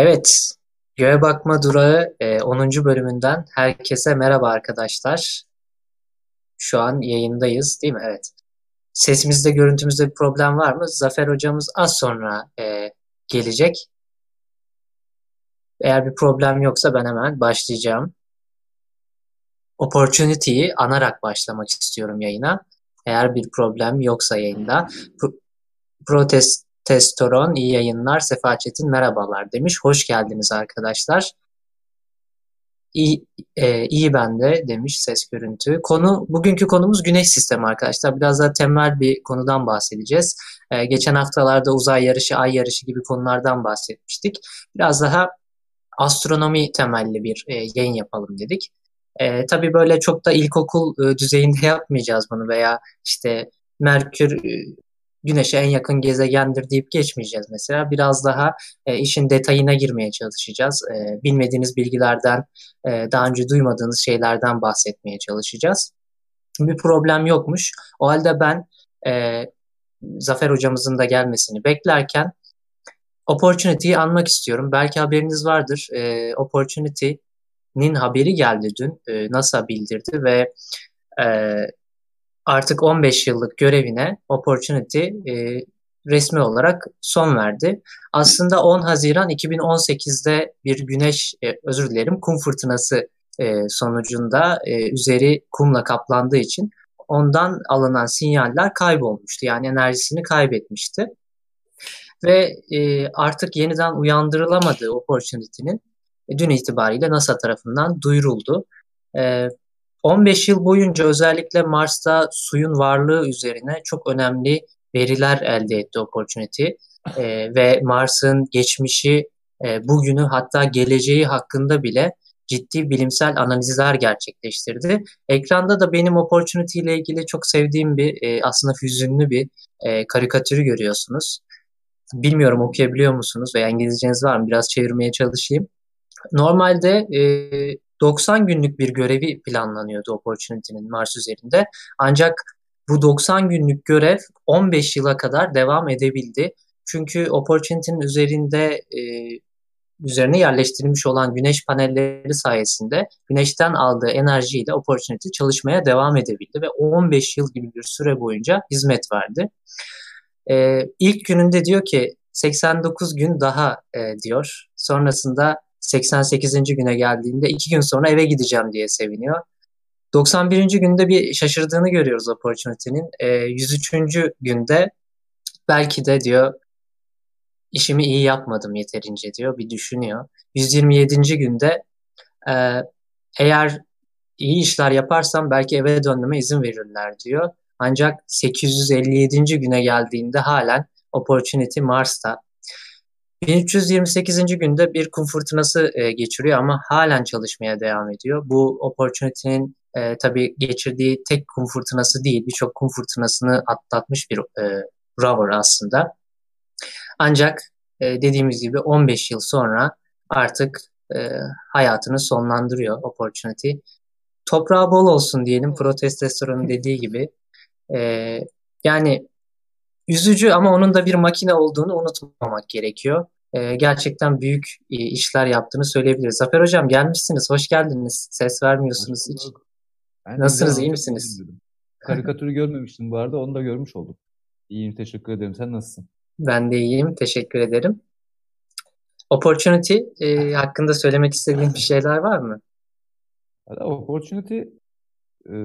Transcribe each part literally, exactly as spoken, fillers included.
Evet, Göğe Bakma Durağı e, onuncu bölümünden herkese merhaba arkadaşlar. Şu an yayındayız, değil mi? Evet. Sesimizde, görüntümüzde bir problem var mı? Zafer hocamız az sonra e, gelecek. Eğer bir problem yoksa ben hemen başlayacağım. Opportunity'yi anarak başlamak istiyorum yayına. Eğer bir problem yoksa yayında. Pro- Protestestoron iyi yayınlar. Sefa Çetin merhabalar demiş. Hoş geldiniz arkadaşlar. İyi, e, iyi bende demiş ses görüntü. Konu bugünkü konumuz Güneş sistemi arkadaşlar. Biraz daha temel bir konudan bahsedeceğiz. E, geçen haftalarda uzay yarışı, ay yarışı gibi konulardan bahsetmiştik. Biraz daha astronomi temelli bir e, yayın yapalım dedik. E, tabii böyle çok da ilkokul e, düzeyinde yapmayacağız bunu veya işte Merkür e, Güneş'e en yakın gezegendir deyip geçmeyeceğiz mesela. Biraz daha e, işin detayına girmeye çalışacağız. E, bilmediğiniz bilgilerden, e, daha önce duymadığınız şeylerden bahsetmeye çalışacağız. Bir problem yokmuş. O halde ben e, Zafer hocamızın da gelmesini beklerken Opportunity'yi anmak istiyorum. Belki haberiniz vardır. E, Opportunity'nin haberi geldi dün. E, NASA bildirdi ve e, artık on beş yıllık görevine Opportunity e, resmi olarak son verdi. Aslında on Haziran iki bin on sekizde bir güneş, e, özür dilerim, kum fırtınası e, sonucunda e, üzeri kumla kaplandığı için ondan alınan sinyaller kaybolmuştu. Yani enerjisini kaybetmişti ve e, artık yeniden uyandırılamadığı Opportunity'nin e, dün itibariyle NASA tarafından duyuruldu. E, on beş yıl boyunca özellikle Mars'ta suyun varlığı üzerine çok önemli veriler elde etti Opportunity. E, ve Mars'ın geçmişi, e, bugünü hatta geleceği hakkında bile ciddi bilimsel analizler gerçekleştirdi. Ekranda da benim Opportunity ile ilgili çok sevdiğim bir e, aslında hüzünlü bir e, karikatürü görüyorsunuz. Bilmiyorum okuyabiliyor musunuz veya İngilizceniz var mı? Biraz çevirmeye çalışayım. Normalde e, doksan günlük bir görevi planlanıyordu Opportunity'nin Mars üzerinde. Ancak bu doksan günlük görev on beş yıla kadar devam edebildi. Çünkü Opportunity'nin üzerinde e, üzerine yerleştirilmiş olan güneş panelleri sayesinde güneşten aldığı enerjiyle Opportunity çalışmaya devam edebildi ve on beş yıl gibi bir süre boyunca hizmet verdi. Ee, ilk gününde diyor ki seksen dokuz gün daha e, diyor. Sonrasında seksen sekizinci güne geldiğinde iki gün sonra eve gideceğim diye seviniyor. doksan birinci günde bir şaşırdığını görüyoruz Opportunity'nin. Ee, yüz üçüncü günde belki de diyor işimi iyi yapmadım yeterince diyor. Bir düşünüyor. yüz yirmi yedinci günde e, eğer iyi işler yaparsam belki eve dönmeme izin verirler diyor. Ancak sekiz yüz elli yedinci güne geldiğinde halen Opportunity Mars'ta. bin üç yüz yirmi sekizinci günde bir kum fırtınası e, geçiriyor ama halen çalışmaya devam ediyor. Bu Opportunity'nin e, tabii geçirdiği tek kum fırtınası değil, birçok kum fırtınasını atlatmış bir e, rover aslında. Ancak e, dediğimiz gibi on beş yıl sonra artık e, hayatını sonlandırıyor Opportunity. Toprağı bol olsun diyelim, protestestoronun dediği gibi. E, yani üzücü ama onun da bir makine olduğunu unutmamak gerekiyor. Ee, gerçekten büyük e, işler yaptığını söyleyebiliriz. Zafer Hocam gelmişsiniz, hoş geldiniz. Ses Hoş vermiyorsunuz hiç. bulduk. Ben de güzel Nasılsınız, iyi anlatıyorsun. misiniz? İyiyim dedim. Karikatürü görmemiştim bu arada. Onu da görmüş olduk. İyiyim, teşekkür ederim. Sen nasılsın? Ben de iyiyim, teşekkür ederim. Opportunity e, hakkında söylemek istediğim bir şeyler var mı? Valla Opportunity e,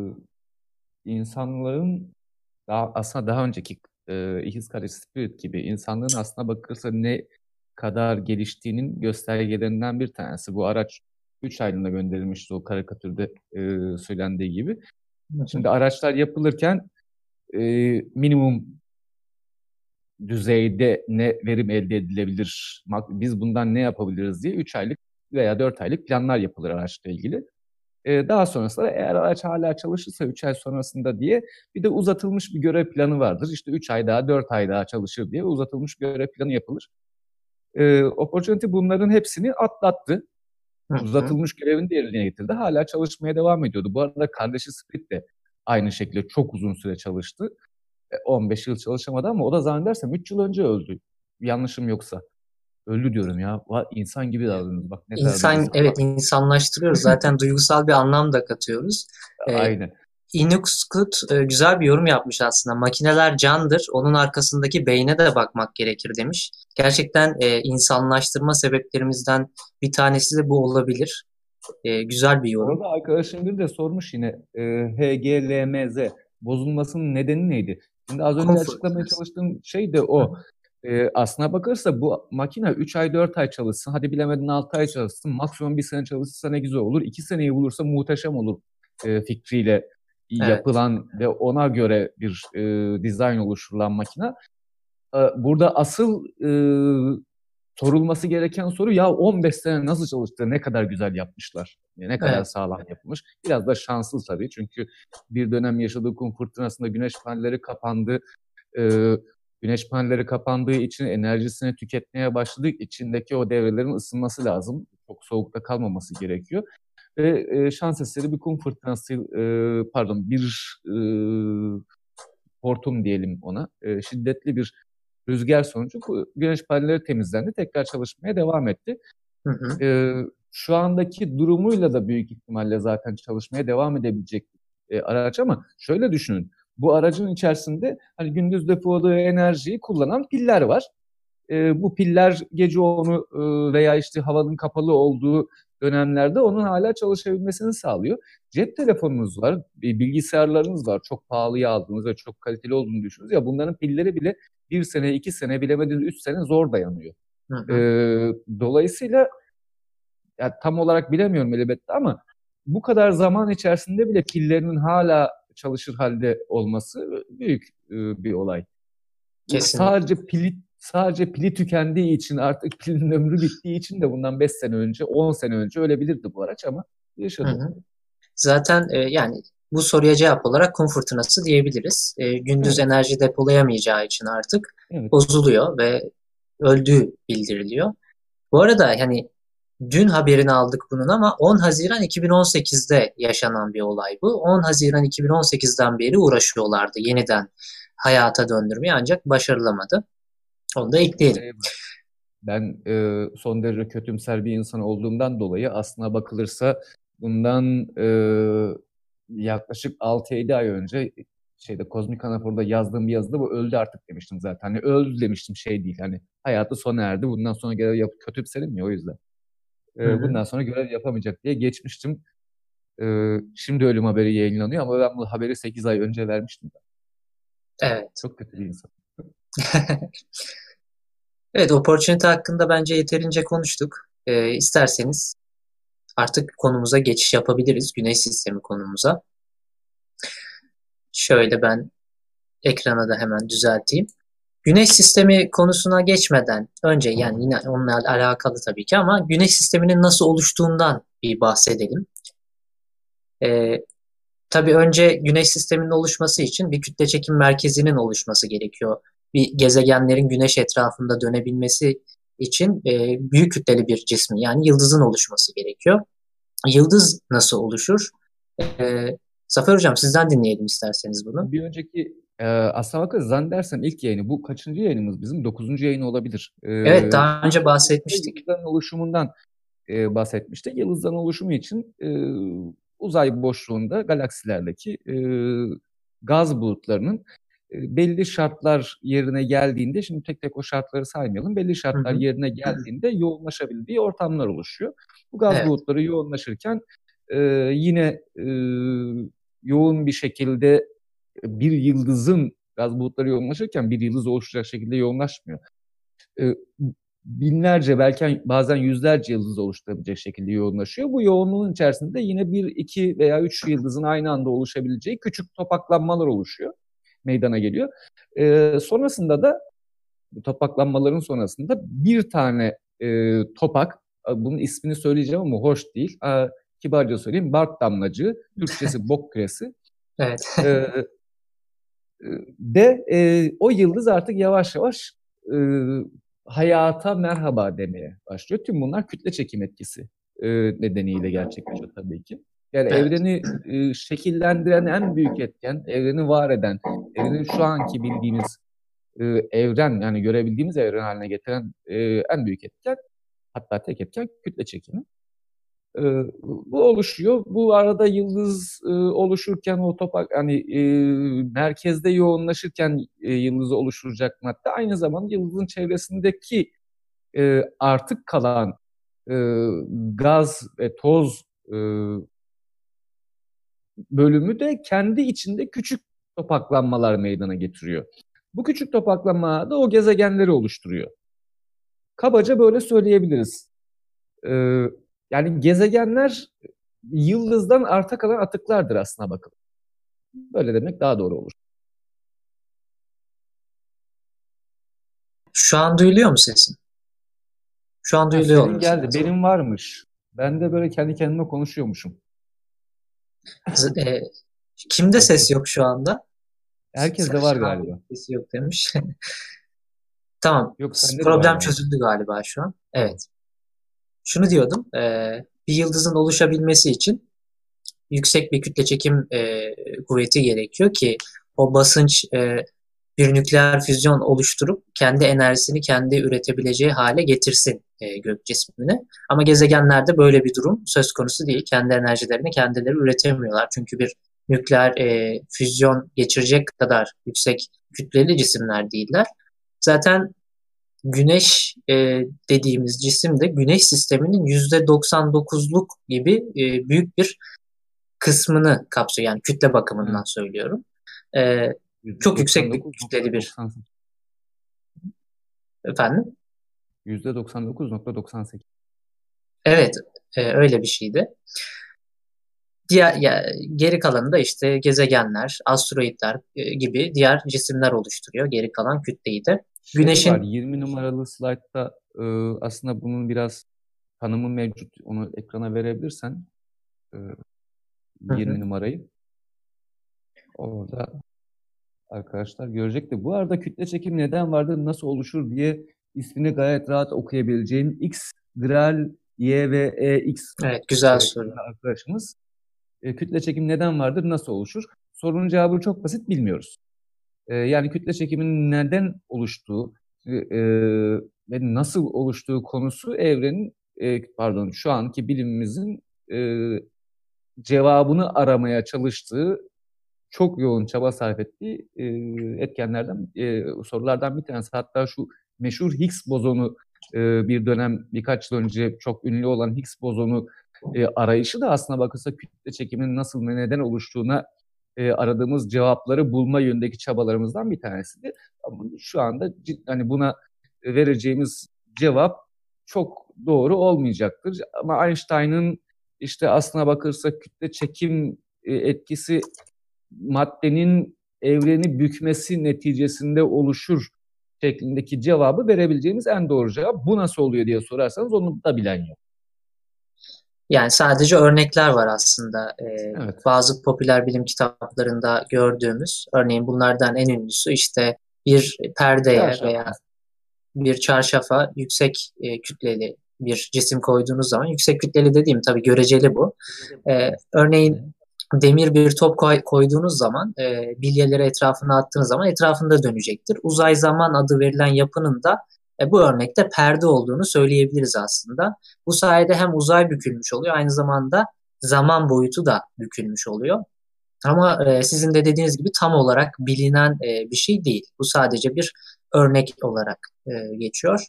insanların daha, aslında daha önceki e, İkiz Kardeş Spirit gibi insanlığın aslına bakılırsa ne kadar geliştiğinin göstergelerinden bir tanesi. Bu araç üç aylığına gönderilmişti o karikatürde e, söylendiği gibi. Hı hı. Şimdi araçlar yapılırken e, minimum düzeyde ne verim elde edilebilir, biz bundan ne yapabiliriz diye üç aylık veya dört aylık planlar yapılır araçla ilgili. Ee, daha sonrasında eğer araç hala çalışırsa üç ay sonrasında diye bir de uzatılmış bir görev planı vardır. İşte üç ay daha dört ay daha çalışır diye uzatılmış görev planı yapılır. Ee, Opportunity bunların hepsini atlattı. Hı hı. Uzatılmış görevini de yerine getirdi. Hala çalışmaya devam ediyordu. Bu arada kardeşi Spirit de aynı şekilde çok uzun süre çalıştı. on beş yıl çalışamadı ama o da zannedersem üç yıl önce öldü. Yanlışım yoksa. öldü diyorum ya. Va- İnsan gibi davranıyoruz. Bak ne kadar İnsan, duygusal. evet, insanlaştırıyoruz. Zaten duygusal bir anlam da katıyoruz. Ee, Aynen. Inuxkut e, güzel bir yorum yapmış aslında. Makineler candır, onun arkasındaki beyne de bakmak gerekir demiş. Gerçekten e, insanlaştırma sebeplerimizden bir tanesi de bu olabilir. E, güzel bir yorum. Orada arkadaşım biri de sormuş yine e, H G L M Z bozulmasının nedeni neydi? Şimdi az önce Comfort. açıklamaya çalıştığım şey de Hı o. hı. E, aslına bakılırsa bu makine üç ay dört ay çalışsın. Hadi bilemedin altı ay çalışsın. Maksimum bir sene çalışırsa ne güzel olur. iki seneyi bulursa muhteşem olur e, fikriyle Evet. yapılan ve ona göre bir e, dizayn oluşturulan makine. E, burada asıl e, sorulması gereken soru ya on beş sene nasıl çalıştı, ne kadar güzel yapmışlar, ne kadar Evet. sağlam yapılmış. Biraz da şanslı tabii çünkü bir dönem yaşadığı kum fırtınasında güneş panelleri kapandı. Ee, Güneş panelleri kapandığı için enerjisini tüketmeye başladığı içindeki o devrelerin ısınması lazım. Çok soğukta kalmaması gerekiyor. Ve e, şans eseri bir kum fırtınası, e, pardon bir e, hortum diyelim ona, e, şiddetli bir rüzgar sonucu bu güneş panelleri temizlendi. Tekrar çalışmaya devam etti. Hı hı. E, Şu andaki durumuyla da büyük ihtimalle zaten çalışmaya devam edebilecek e, araç ama şöyle düşünün. Bu aracın içerisinde hani gündüz depoladığı enerjiyi kullanan piller var. E, bu piller gece onu e, veya işte havanın kapalı olduğu dönemlerde onun hala çalışabilmesini sağlıyor. Cep telefonunuz var, bilgisayarlarınız var. Çok pahalıya aldığınız ve çok kaliteli olduğunu düşünüyoruz. Ya bunların pilleri bile bir sene, iki sene, bilemediniz üç sene zor dayanıyor. Hı E, hı. Dolayısıyla ya tam olarak bilemiyorum elbette ama bu kadar zaman içerisinde bile pillerinin hala çalışır halde olması büyük e, bir olay. Kesinlikle. Sadece pili sadece pili tükendiği için artık pilin ömrü bittiği için de bundan beş sene önce, on sene önce ölebilirdi bu araç ama Hı yaşadı. hı. Zaten e, yani bu soruya cevap olarak kum fırtınası diyebiliriz. E, gündüz Evet, enerji depolayamayacağı için artık evet. bozuluyor ve öldüğü bildiriliyor. Bu arada hani dün haberini aldık bunun ama on Haziran iki bin on sekizde yaşanan bir olay bu. on Haziran iki bin on sekizden beri uğraşıyorlardı yeniden hayata döndürmeye ancak başarılamadı. Onu da ekleyelim. Eyvallah. Ben e, son derece kötümser bir insan olduğumdan dolayı aslına bakılırsa bundan e, yaklaşık altı yedi ay önce şeyde Kozmik Anafor'da yazdığım bir yazıda bu öldü artık demiştim zaten. Hani öldü demiştim şey değil hani hayatı sona erdi bundan sonra görev yap kötümserim ya o yüzden. Hı E, hı. bundan sonra görev yapamayacak diye geçmiştim. E, Şimdi ölüm haberi yayınlanıyor ama ben bu haberi sekiz ay önce vermiştim. Evet. Çok kötü bir insan. Evet, opportunity hakkında bence yeterince konuştuk. Ee, isterseniz artık konumuza geçiş yapabiliriz. Güneş sistemi konumuza. Şöyle ben ekrana da hemen düzelteyim. Güneş sistemi konusuna geçmeden önce yani yine onunla alakalı tabii ki ama güneş sisteminin nasıl oluştuğundan bir bahsedelim. Ee, tabii önce güneş sisteminin oluşması için bir kütle çekim merkezinin oluşması gerekiyor. Bir gezegenlerin güneş etrafında dönebilmesi için e, büyük kütleli bir cismin yani yıldızın oluşması gerekiyor. Yıldız nasıl oluşur? Ee, Zafer Hocam sizden dinleyelim isterseniz bunu. Bir önceki e, aslına bakarız zannedersem ilk yayını bu kaçıncı yayınımız bizim? Dokuzuncu yayın olabilir. E, Evet, daha ilk önce yayınımızda bahsetmiştik. yıldızların oluşumundan e, bahsetmiştik. Yıldızların oluşumu için e, uzay boşluğunda galaksilerdeki e, gaz bulutlarının e, belli şartlar yerine geldiğinde, şimdi tek tek o şartları saymayalım, belli Hı şartlar hı. yerine geldiğinde yoğunlaşabildiği ortamlar oluşuyor. Bu gaz Evet. bulutları yoğunlaşırken e, yine e, yoğun bir şekilde bir yıldızın gaz bulutları yoğunlaşırken bir yıldız oluşacak şekilde yoğunlaşmıyor. E, Binlerce belki bazen yüzlerce yıldız oluşturabilecek şekilde yoğunlaşıyor. Bu yoğunluğun içerisinde yine bir, iki veya üç yıldızın aynı anda oluşabileceği küçük topaklanmalar oluşuyor, meydana geliyor. E, sonrasında da bu topaklanmaların sonrasında bir tane e, topak, bunun ismini söyleyeceğim ama hoş değil. E, kibarca söyleyeyim, bark damlacığı, Türkçesi bok küresi. Evet. E, De e, o yıldız artık yavaş yavaş e, hayata merhaba demeye başlıyor. Tüm bunlar kütle çekim etkisi e, nedeniyle gerçekleşiyor tabii ki. Yani Evet. evreni e, şekillendiren en büyük etken, evreni var eden, evrenin şu anki bildiğimiz e, evren, yani görebildiğimiz evren haline getiren e, en büyük etken, hatta tek etken kütle çekimi. E, Bu oluşuyor. Bu arada yıldız e, oluşurken o topak, hani e, merkezde yoğunlaşırken e, yıldızı oluşturacak madde aynı zamanda yıldızın çevresindeki e, artık kalan e, gaz ve toz e, bölümü de kendi içinde küçük topaklanmalar meydana getiriyor. Bu küçük topaklanma da o gezegenleri oluşturuyor. Kabaca böyle söyleyebiliriz. Ee, Yani gezegenler yıldızdan arta kalan atıklardır aslına bakın. Böyle demek daha doğru olur. Şu an duyuluyor mu sesim? Şu an Ha, duyuluyor senin olması geldi, lazım. benim varmış. Ben de böyle kendi kendime konuşuyormuşum. Z- e, Kimde ses Herkes, yok şu anda? herkes de var Sercan abi galiba. sesi yok demiş. Tamam. Yok, sende de var Problem galiba. çözüldü galiba şu an. Tamam. Evet. Şunu diyordum. e, bir yıldızın oluşabilmesi için yüksek bir kütle çekim e, kuvveti gerekiyor ki o basınç e, bir nükleer füzyon oluşturup kendi enerjisini kendi üretebileceği hale getirsin e, gök cismini. Ama gezegenlerde böyle bir durum söz konusu değil. Kendi enerjilerini kendileri üretemiyorlar. Çünkü bir nükleer e, füzyon geçirecek kadar yüksek kütleli cisimler değiller. Zaten Güneş e, dediğimiz cisim de Güneş sisteminin yüzde doksan dokuzluk gibi e, büyük bir kısmını kapsıyor. Yani kütle bakımından Evet. söylüyorum. E, Çok yüksek bir kütleli bir yüzde doksan dokuz nokta doksan sekiz. efendim. yüzde doksan dokuz nokta doksan sekiz. Evet, e, öyle bir şeydi. Diğer ya, geri kalanı da işte gezegenler, asteroidler e, gibi diğer cisimler oluşturuyor. Geri kalan kütleyi de. Şey var, Güneşin yirmi numaralı slaytta e, aslında bunun biraz tanımı mevcut. Onu ekrana verebilirsen e, hı hı. yirmi numarayı orada arkadaşlar görecek de. Bu arada kütle çekim neden vardır, nasıl oluşur diye ismini gayet rahat okuyabileceğin X Gral Y ve E X Evet, güzel e, soru. isimli arkadaşımız, e, kütle çekim neden vardır, nasıl oluşur? Sorunun cevabı çok basit, bilmiyoruz. E, yani kütle çekiminin neden oluştuğu e, e, ve nasıl oluştuğu konusu evrenin, e, pardon, şu anki bilimimizin e, cevabını aramaya çalıştığı, çok yoğun çaba sarf ettiği e, etkenlerden, e, sorulardan bir tanesi. Hatta şu meşhur Higgs bozonu, e, bir dönem birkaç yıl önce çok ünlü olan Higgs bozonu e, arayışı da aslına bakılsa kütle çekiminin nasıl ve neden oluştuğuna e, aradığımız cevapları bulma yönündeki çabalarımızdan bir tanesiydi. Ama şu anda hani buna vereceğimiz cevap çok doğru olmayacaktır. Ama Einstein'ın işte aslına bakırsa kütle çekim e, etkisi maddenin evreni bükmesi neticesinde oluşur şeklindeki cevabı verebileceğimiz en doğru cevap. Bu nasıl oluyor diye sorarsanız onu da bilen yok. Yani sadece örnekler var aslında. Ee, Evet. bazı popüler bilim kitaplarında gördüğümüz, örneğin bunlardan en ünlüsü işte bir perdeye Çarşaf veya mesela. bir çarşafa yüksek e, kütleli bir cisim koyduğunuz zaman, yüksek kütleli dediğim tabii göreceli bu. Ee, örneğin demir bir top koy- koyduğunuz zaman, e, bilyeleri etrafına attığınız zaman etrafında dönecektir. Uzay zaman adı verilen yapının da e, bu örnekte perde olduğunu söyleyebiliriz aslında. Bu sayede hem uzay bükülmüş oluyor, aynı zamanda zaman boyutu da bükülmüş oluyor. Ama e, sizin de dediğiniz gibi tam olarak bilinen e, bir şey değil. Bu sadece bir örnek olarak e, geçiyor.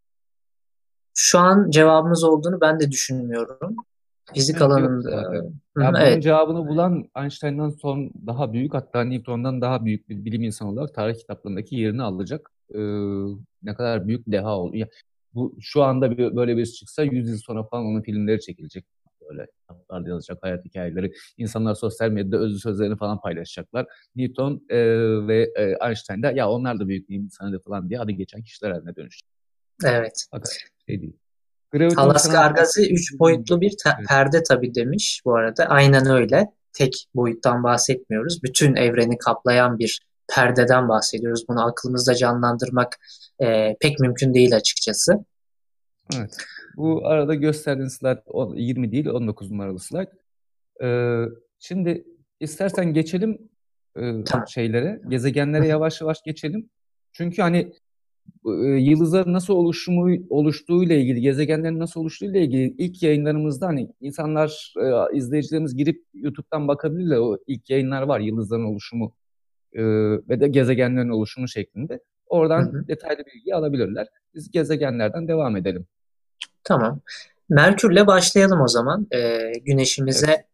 Şu an cevabımız olduğunu ben de düşünmüyorum. Fizik Evet, yok alanında. zaten. Hı hı, Ya bunun evet, cevabını bulan Einstein'dan son daha büyük, hatta Newton'dan daha büyük bir bilim insanı olarak tarih kitaplarındaki yerini alacak. Ee, ne kadar büyük deha oldu. Ya, bu şu anda bir, böyle birisi çıksa yüz yıl sonra falan onun filmleri çekilecek. Böyle kitaplarda yazacak hayat hikayeleri. İnsanlar sosyal medyada özlü sözlerini falan paylaşacaklar. Newton e, ve e, Einstein de ya onlar da büyük bilim insanıydı falan diye adı geçen kişiler haline dönüşecek. evet. Fakat şey değil. Talas Gravitasyonel Kargazı ters. üç boyutlu bir te- Evet. perde tabii demiş bu arada. Aynen öyle. Tek boyuttan bahsetmiyoruz. Bütün evreni kaplayan bir perdeden bahsediyoruz. Bunu aklımızda canlandırmak e, pek mümkün değil açıkçası. Evet. Bu arada gösterdiğin slide on- yirmi değil, on dokuz numaralı slide. Ee, Şimdi istersen geçelim e, Tamam. şeylere, gezegenlere yavaş yavaş geçelim. Çünkü hani e, yıldızların nasıl oluşumu oluştuğuyla ilgili, gezegenlerin nasıl oluştuğuyla ilgili ilk yayınlarımızda hani insanlar, e, izleyicilerimiz girip YouTube'dan bakabilirler. O ilk yayınlar var, yıldızların oluşumu e, ve de gezegenlerin oluşumu şeklinde. Hı Oradan hı. detaylı bilgi alabilirler. Biz gezegenlerden devam edelim. Tamam. Merkürle başlayalım o zaman. Ee, Evet. güneşimize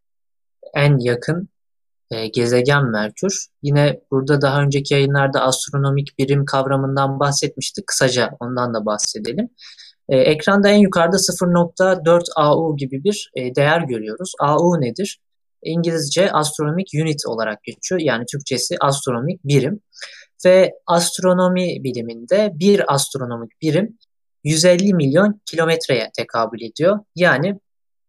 en yakın e, gezegen Merkür. Yine burada daha önceki yayınlarda astronomik birim kavramından bahsetmiştik. Kısaca ondan da bahsedelim. E, ekranda en yukarıda sıfır nokta dört A U gibi bir e, değer görüyoruz. A U nedir? İngilizce Astronomic Unit olarak geçiyor. Yani Türkçesi astronomik birim. Ve astronomi biliminde bir astronomik birim yüz elli milyon kilometreye tekabül ediyor. Yani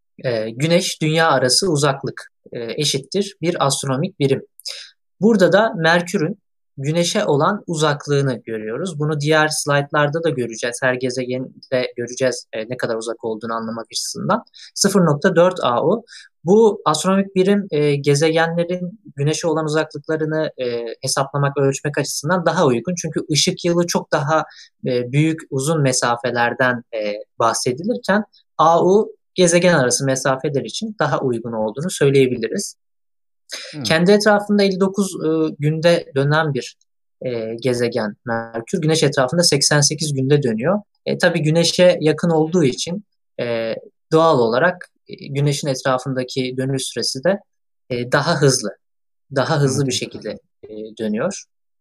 e, Güneş Dünya arası uzaklık e, eşittir bir astronomik birim. Burada da Merkür'ün Güneş'e olan uzaklığını görüyoruz. Bunu diğer slaytlarda da göreceğiz. Her gezegende göreceğiz e, ne kadar uzak olduğunu anlamak açısından. sıfır nokta dört A U. Bu astronomik birim e, gezegenlerin Güneş'e olan uzaklıklarını e, hesaplamak, ölçmek açısından daha uygun. Çünkü ışık yılı çok daha e, büyük, uzun mesafelerden e, bahsedilirken A U gezegen arası mesafeler için daha uygun olduğunu söyleyebiliriz. Evet. Kendi etrafında elli dokuz e, günde dönen bir e, gezegen Merkür. Güneş etrafında seksen sekiz günde dönüyor. E, tabii Güneş'e yakın olduğu için e, doğal olarak e, Güneş'in etrafındaki dönüş süresi de e, daha hızlı, daha hızlı Evet. bir şekilde e, dönüyor.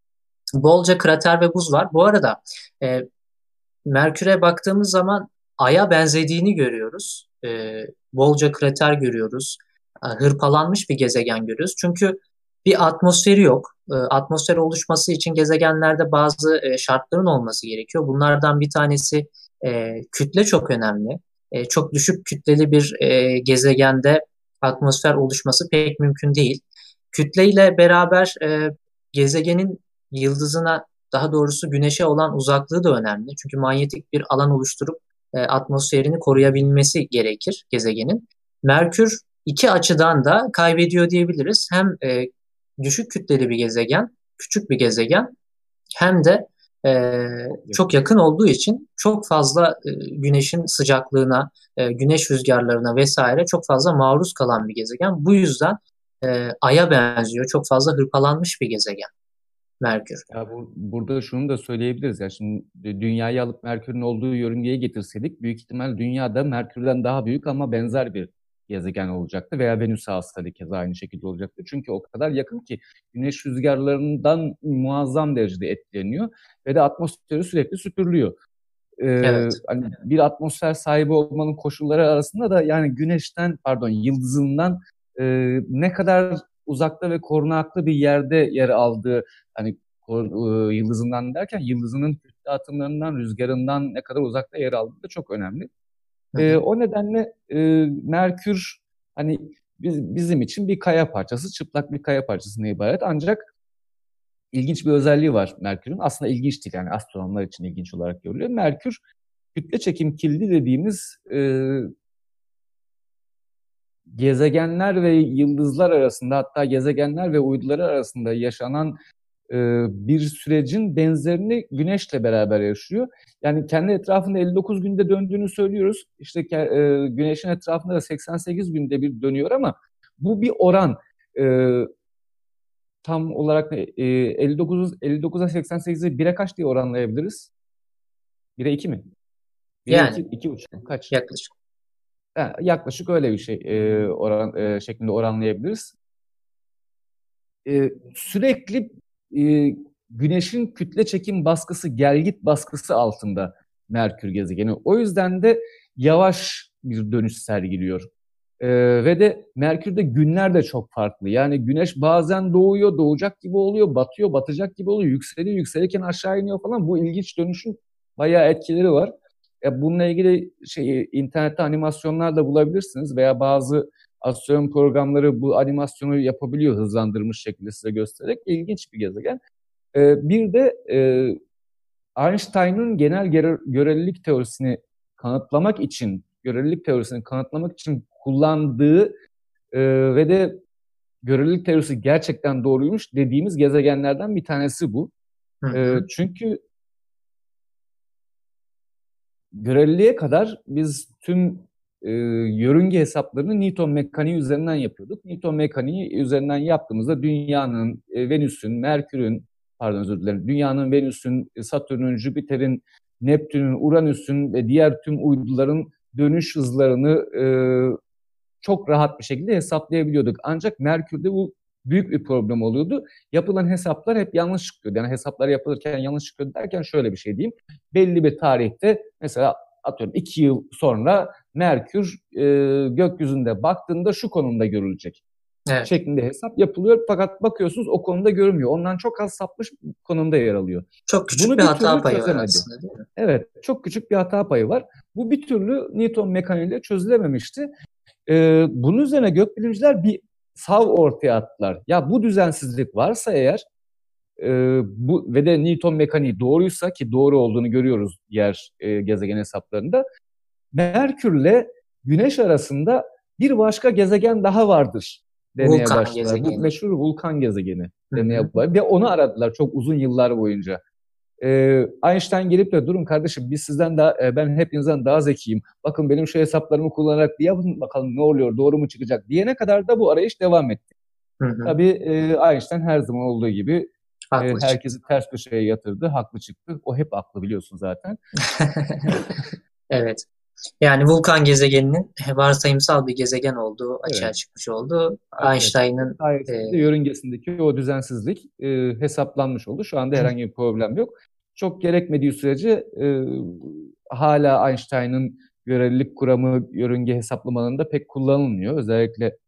Bolca krater ve buz var. Bu arada e, Merkür'e baktığımız zaman Ay'a benzediğini görüyoruz. E, bolca krater görüyoruz. E, hırpalanmış bir gezegen görüyoruz. Çünkü bir atmosferi yok. E, atmosfer oluşması için gezegenlerde bazı e, şartların olması gerekiyor. Bunlardan bir tanesi e, kütle çok önemli. E, çok düşük kütleli bir e, gezegende atmosfer oluşması pek mümkün değil. Kütleyle beraber e, gezegenin yıldızına, daha doğrusu Güneş'e olan uzaklığı da önemli. Çünkü manyetik bir alan oluşturup e, atmosferini koruyabilmesi gerekir gezegenin. Merkür iki açıdan da kaybediyor diyebiliriz. Hem e, düşük kütleli bir gezegen, küçük bir gezegen, hem de e, çok yakın olduğu için çok fazla e, Güneş'in sıcaklığına, e, güneş rüzgarlarına vesaire çok fazla maruz kalan bir gezegen. Bu yüzden e, Ay'a benziyor. Çok fazla hırpalanmış bir gezegen Merkür. Ya bu, burada şunu da söyleyebiliriz ya, şimdi dünyayı alıp Merkür'ün olduğu yörüngeye getirseydik büyük ihtimal dünyada Merkür'den daha büyük ama benzer bir gezegen olacaktı veya Venüs'e alsaydı keza aynı şekilde olacaktı. Çünkü o kadar yakın ki güneş rüzgarlarından muazzam derecede etkileniyor ve de atmosferi sürekli süpürülüyor. Ee, Evet. hani bir atmosfer sahibi olmanın koşulları arasında da yani güneşten, pardon, yıldızından e, ne kadar uzakta ve korunaklı bir yerde yer aldığı, hani kor- e, yıldızından derken yıldızının kütle atımlarından, rüzgarından ne kadar uzakta yer aldığı da çok önemli. Hı E, hı. o nedenle e, Merkür hani biz, bizim için bir kaya parçası, çıplak bir kaya parçasına ibaret. Ancak ilginç bir özelliği var Merkür'ün. Aslında ilginç değil, yani astronomlar için ilginç olarak görülüyor. Merkür kütle çekim kilidi dediğimiz e, gezegenler ve yıldızlar arasında, hatta gezegenler ve uyduları arasında yaşanan e, bir sürecin benzerini Güneş'le beraber yaşıyor. Yani kendi etrafında elli dokuz günde döndüğünü söylüyoruz. İşte e, Güneş'in etrafında da seksen sekiz günde bir dönüyor ama bu bir oran. E, tam olarak e, elli dokuz elli dokuza seksen sekizi bire kaç diye oranlayabiliriz? bire iki mi? bire iki, Yani iki buçuk mu? Kaç? yaklaşık. Ha, yaklaşık öyle bir şey e, oran e, şeklinde oranlayabiliriz. E, sürekli e, Güneş'in kütle çekim baskısı, gelgit baskısı altında Merkür gezegeni. O yüzden de yavaş bir dönüş sergiliyor. E, ve de Merkür'de günler de çok farklı. Yani Güneş bazen doğuyor, doğacak gibi oluyor, batıyor, batacak gibi oluyor, yükseliyor, yükselirken aşağı iniyor falan. Bu ilginç dönüşün bayağı etkileri var. Ya bununla ilgili şey, internette animasyonlar da bulabilirsiniz veya bazı astronomi programları bu animasyonu yapabiliyor hızlandırmış şekilde size göstererek. İlginç bir gezegen. Ee, bir de e, Einstein'ın genel görelilik teorisini kanıtlamak için, görelilik teorisini kanıtlamak için kullandığı e, ve de görelilik teorisi gerçekten doğruymuş dediğimiz gezegenlerden bir tanesi bu. Hı E, hı. çünkü göreliliğe kadar biz tüm e, yörünge hesaplarını Newton mekaniği üzerinden yapıyorduk. Newton mekaniği üzerinden yaptığımızda dünyanın, e, Venüs'ün, Merkür'ün, pardon özür dilerim, dünyanın, Venüs'ün, Satürn'ün, Jüpiter'in, Neptün'ün, Uranüs'ün ve diğer tüm uyduların dönüş hızlarını e, çok rahat bir şekilde hesaplayabiliyorduk. Ancak Merkür'de bu büyük bir problem oluyordu. Yapılan hesaplar hep yanlış çıkıyordu. Yani hesaplar yapılırken yanlış çıkıyordu derken şöyle bir şey diyeyim. Belli bir tarihte mesela atıyorum iki yıl sonra Merkür e, gökyüzünde baktığında şu konumda görülecek Evet. şeklinde hesap yapılıyor. Fakat bakıyorsunuz o konumda görünmüyor. Ondan çok az sapmış konumda yer alıyor. Çok küçük bir Bunu bir hata türlü payı var çözemedi. aslında, değil mi? Evet, çok küçük bir hata payı var. Bu bir türlü Newton mekaniğiyle çözülememişti. Ee, bunun üzerine gökbilimciler bir sav ortaya attılar. Ya bu düzensizlik varsa eğer e, bu ve de Newton mekaniği doğruysa ki doğru olduğunu görüyoruz diğer e, gezegen hesaplarında. Merkürle Güneş arasında bir başka gezegen daha vardır demeye Vulkan başladılar. Bu gezegeni. meşhur vulkan gezegeni Hı demeye hı. başladılar. Ve onu aradılar çok uzun yıllar boyunca. Ee, Einstein gelip de durun kardeşim biz sizden daha e, ben hepinizden daha zekiyim. Bakın benim şu hesaplarımı kullanarak bir yapın bakalım ne oluyor doğru mu çıkacak diyene kadar da bu arayış devam etti. Hı hı. Tabii e, Einstein her zaman olduğu gibi e, Haklı çıktı. herkesi ters köşeye yatırdı. Haklı çıktı. O hep haklı biliyorsun zaten. Evet. Yani Vulkan gezegeninin varsayımsal bir gezegen olduğu açığa Evet. çıkmış oldu. Evet. Einstein'ın e, Sayesinde de yörüngesindeki o düzensizlik e, hesaplanmış oldu. Şu anda herhangi bir problem yok. Çok gerekmediği sürece e, hala Einstein'ın görelilik kuramı yörünge hesaplamalarında pek kullanılmıyor. Özellikle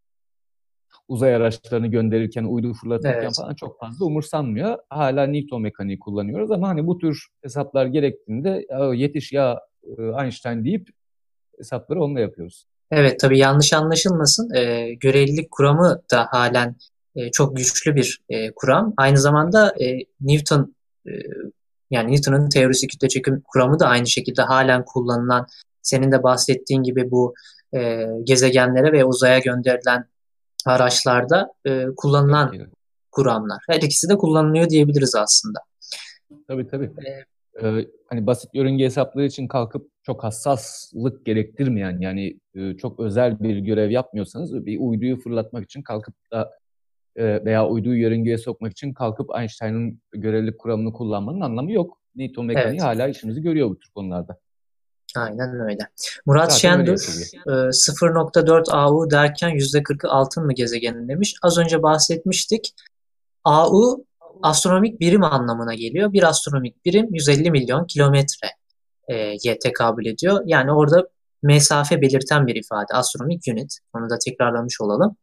uzay araçlarını gönderirken, uydu fırlatırken evet. falan çok fazla umursanmıyor. Hala Newton mekaniği kullanıyoruz ama hani bu tür hesaplar gerektiğinde "Ya yetiş ya e, Einstein" deyip hesapları onunla yapıyoruz. Evet, tabii yanlış anlaşılmasın. E, görelilik kuramı da halen e, çok güçlü bir e, kuram. Aynı zamanda e, Newton e, yani Newton'un teorisi kütle çekim kuramı da aynı şekilde halen kullanılan, senin de bahsettiğin gibi bu e, gezegenlere ve uzaya gönderilen araçlarda e, kullanılan Tabii. kuramlar. Her ikisi de kullanılıyor diyebiliriz aslında. Tabii tabii. E, Ee, hani basit yörünge hesapları için kalkıp çok hassaslık gerektirmeyen yani e, çok özel bir görev yapmıyorsanız bir uyduyu fırlatmak için kalkıp da e, veya uyduyu yörüngeye sokmak için kalkıp Einstein'ın görelilik kuramını kullanmanın anlamı yok. Newton mekaniği evet. hala işimizi görüyor bu tür konularda. Aynen öyle. Murat Zaten öyle Şendur yapılıyor. e, sıfır nokta dört A U derken yüzde kırkı altın mı gezegenin demiş. Az önce bahsetmiştik. A U astronomik birim anlamına geliyor. Bir astronomik birim yüz elli milyon kilometreye tekabül ediyor. Yani orada mesafe belirten bir ifade. Astronomik unit. Onu da tekrarlamış olalım.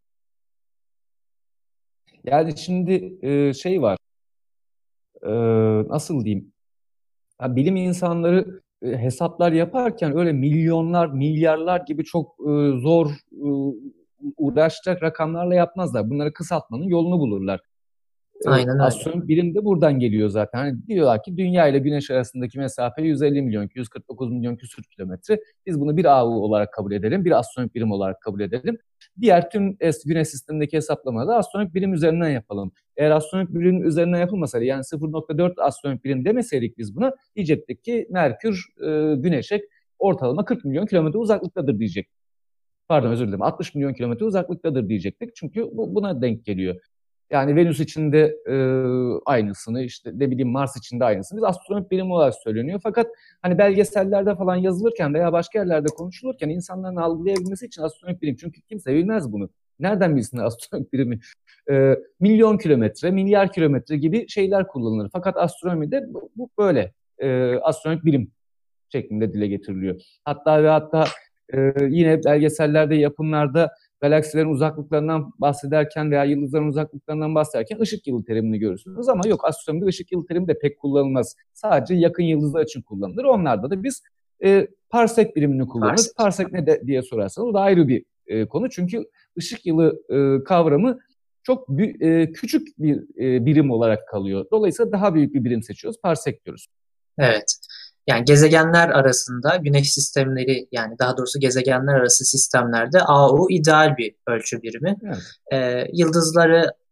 Yani şimdi e, şey var, e, nasıl diyeyim? Ya bilim insanları e, hesaplar yaparken öyle milyonlar, milyarlar gibi çok e, zor, e, uğraşacak rakamlarla yapmazlar. Bunları kısaltmanın yolunu bulurlar. E, Aynen öyle. astronomik birim de buradan geliyor zaten. Hani diyorlar ki Dünya ile Güneş arasındaki mesafe yüz elli milyon, yüz kırk dokuz milyon küsur kilometre. Biz bunu bir A U olarak kabul edelim, bir astronomik birim olarak kabul edelim. Diğer tüm es- Güneş sistemindeki hesaplamaları da astronomik birim üzerinden yapalım. Eğer astronomik birim üzerinden yapılmasaydı yani sıfır nokta dört astronomik birim demeseydik biz buna diyecektik ki Merkür e, Güneş'e ortalama kırk milyon kilometre uzaklıktadır diyecek. Pardon özür dilerim altmış milyon kilometre uzaklıktadır diyecektik. Çünkü bu, buna denk geliyor. Yani Venüs için de e, aynısını, işte ne bileyim Mars için de aynısını biz astronomik birim olarak söyleniyor. Fakat hani belgesellerde falan yazılırken veya başka yerlerde konuşulurken insanların algılayabilmesi için astronomik birim. Çünkü kimse bilmez bunu. Nereden bilsin astronomik birimi? E, milyon kilometre, milyar kilometre gibi şeyler kullanılır. Fakat astronomide bu, bu böyle. E, astronomik birim şeklinde dile getiriliyor. Hatta ve hatta e, yine belgesellerde, yapımlarda galaksilerin uzaklıklarından bahsederken veya yıldızların uzaklıklarından bahsederken ışık yılı terimini görürsünüz. Ama yok, astronomide ışık yılı terimi de pek kullanılmaz. Sadece yakın yıldızlar için kullanılır. Onlarda da biz e, parsek birimini kullanırız. Parsek. Parsek ne de, diye sorarsanız o da ayrı bir e, konu. Çünkü ışık yılı e, kavramı çok e, küçük bir e, birim olarak kalıyor. Dolayısıyla daha büyük bir birim seçiyoruz. Parsek diyoruz. Evet. Yani gezegenler arasında güneş sistemleri, yani daha doğrusu gezegenler arası sistemlerde A U ideal bir ölçü birimi. Evet. Ee, yıldızları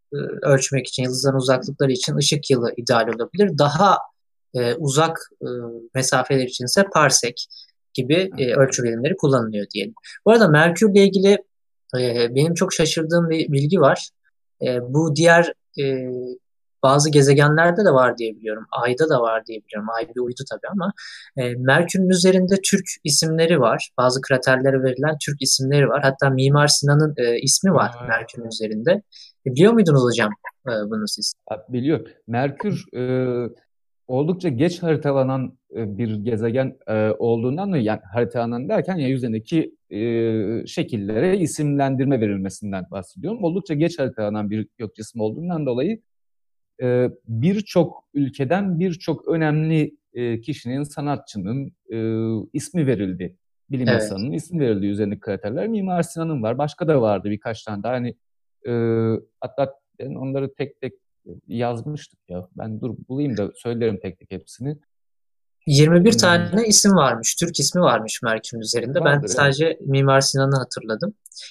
e, ölçmek için, yıldızların uzaklıkları için ışık yılı ideal olabilir. Daha e, uzak e, mesafeler için ise parsek gibi e, ölçü birimleri kullanılıyor diyelim. Bu arada Merkür'le ilgili e, benim çok şaşırdığım bir bilgi var. E, bu diğer e, bazı gezegenlerde de var diye biliyorum. Ayda da var diye biliyorum. Ay bir uydu tabii ama e, Merkür'ün üzerinde Türk isimleri var. Bazı kraterlere verilen Türk isimleri var. Hatta Mimar Sinan'ın e, ismi var Aa, Merkür'ün üzerinde. E, biliyor muydunuz hocam e, bunu siz? biliyor. Merkür e, oldukça geç haritalanan e, bir gezegen e, olduğundan da yani haritalanan derken ya üzerindeki e, şekillere isimlendirme verilmesinden bahsediyorum. Oldukça geç haritalanan bir gök cismi olduğundan dolayı e, birçok ülkeden birçok önemli e, kişinin, sanatçının e, ismi verildi. Bilim Evet. insanının ismi verildi üzerindeki kraterler. Mimar Sinan'ın var. Başka da vardı birkaç tane daha. Hani e, hatta ben onları tek tek yazmıştık ya. Ben dur bulayım da söylerim tek tek hepsini. yirmi bir Hmm, tane isim varmış. Türk ismi varmış Merkür'ün üzerinde. Ben vardır evet. sadece Mimar Sinan'ı hatırladım.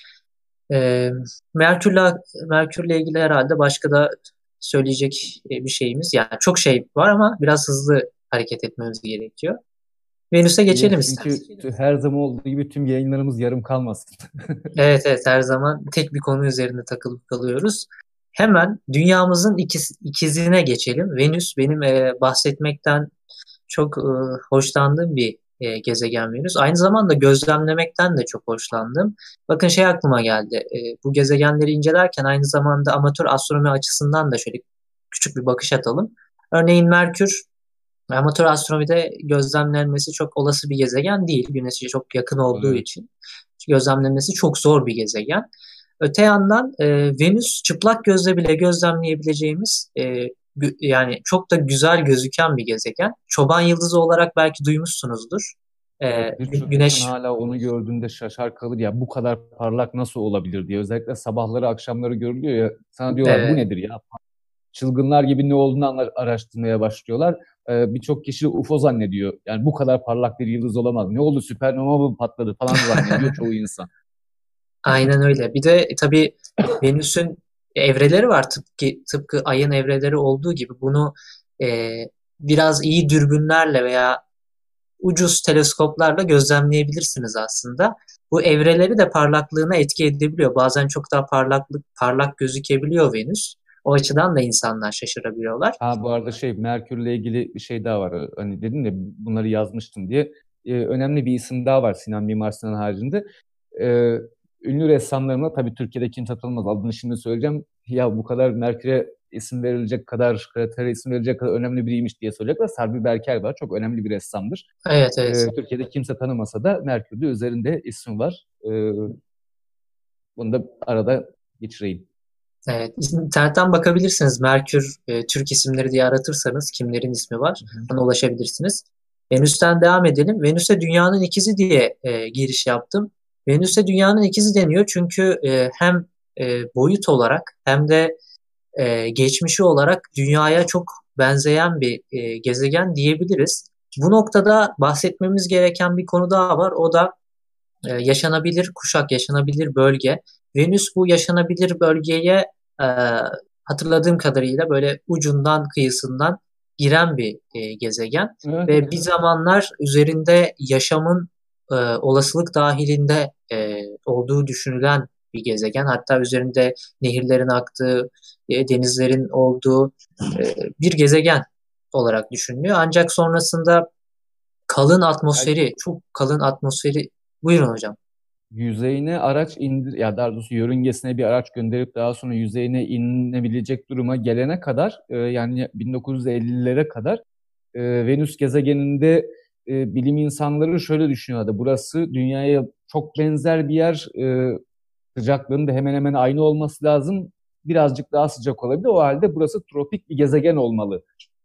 Ee, Merkür'le Merkür'le ilgili herhalde başka da söyleyecek e, bir şeyimiz. Yani çok şey var ama biraz hızlı hareket etmemiz gerekiyor. Venüs'e Yes, geçelim çünkü isterseniz. her zaman olduğu gibi tüm yayınlarımız yarım kalmasın. Evet, evet, her zaman tek bir konu üzerinde takılıp kalıyoruz. Hemen dünyamızın ikiz, ikizine geçelim. Venüs benim e, bahsetmekten çok e, hoşlandığım bir e, gezegen Venüs. Aynı zamanda gözlemlemekten de çok hoşlandım. Bakın şey aklıma geldi. E, bu gezegenleri incelerken aynı zamanda amatör astronomi açısından da şöyle küçük bir bakış atalım. Örneğin Merkür amatör astronomide gözlemlenmesi çok olası bir gezegen değil. Güneş'e çok yakın olduğu Evet. için gözlemlenmesi çok zor bir gezegen. Öte yandan e, Venüs çıplak gözle bile gözlemleyebileceğimiz e, gü- yani çok da güzel gözüken bir gezegen. Çoban yıldızı olarak belki duymuşsunuzdur. E, Evet, gü- birçok insan Güneş hala onu gördüğünde şaşar kalır ya bu kadar parlak nasıl olabilir diye. Özellikle sabahları akşamları görülüyor ya sana diyorlar bu e, nedir ya? Çılgınlar gibi ne olduğunu anla- araştırmaya başlıyorlar. Ee, birçok kişi U F O zannediyor. Yani bu kadar parlak bir yıldız olamaz. Ne oldu süpernova mı patladı falan zannediyor çoğu insan. aynen öyle. Bir de e, tabii Venüs'ün evreleri var tıpkı tıpkı Ay'ın evreleri olduğu gibi bunu e, biraz iyi dürbünlerle veya ucuz teleskoplarla gözlemleyebilirsiniz aslında. Bu evreleri de parlaklığına etki edebiliyor. Bazen çok daha parlaklık parlak gözükebiliyor Venüs. O açıdan da insanlar şaşırabiliyorlar. Ha bu arada şey Merkür'le ilgili bir şey daha var. Hani dedim ya bunları yazmıştım diye. Ee, önemli bir isim daha var Sinan Mimar Sinan haricinde. Ee, ünlü ressamlarımla tabii Türkiye'de kimse tanımaz. Adını şimdi söyleyeceğim. Ya bu kadar Merkür'e isim verilecek kadar, kratere isim verilecek kadar önemli biriymiş diye söyleyecekler. Sarbi Berker var. Çok önemli bir ressamdır. Evet, evet. Ee, Türkiye'de kimse tanımasa da Merkür'de üzerinde ismi var. Ee, bunu da arada geçireyim. Evet, internetten bakabilirsiniz. Merkür e, Türk isimleri diye aratırsanız kimlerin ismi var, Hı hı. ona ulaşabilirsiniz. Venüs'ten devam edelim. Venüs'e dünyanın ikizi diye e, giriş yaptım. Venüs'e dünyanın ikizi deniyor çünkü e, hem e, boyut olarak hem de e, geçmişi olarak dünyaya çok benzeyen bir e, gezegen diyebiliriz. Bu noktada bahsetmemiz gereken bir konu daha var. O da e, yaşanabilir kuşak, yaşanabilir bölge. Venüs bu yaşanabilir bölgeye e, hatırladığım kadarıyla böyle ucundan kıyısından giren bir e, gezegen Evet, ve bir evet. zamanlar üzerinde yaşamın e, olasılık dahilinde e, olduğu düşünülen bir gezegen. Hatta üzerinde nehirlerin aktığı, e, denizlerin olduğu e, bir gezegen olarak düşünülüyor. Ancak sonrasında kalın Ya atmosferi, çok kalın atmosferi. Buyurun hocam. yüzeyine araç indir ya daha doğrusu yörüngesine bir araç gönderip daha sonra yüzeyine inebilecek duruma gelene kadar e, yani bin dokuz yüz ellilere kadar e, Venüs gezegeninde e, bilim insanları şöyle düşünüyordu. Burası Dünya'ya çok benzer bir yer. E, sıcaklığının da hemen hemen aynı olması lazım. Birazcık daha sıcak olabilir. O halde burası tropik bir gezegen olmalı.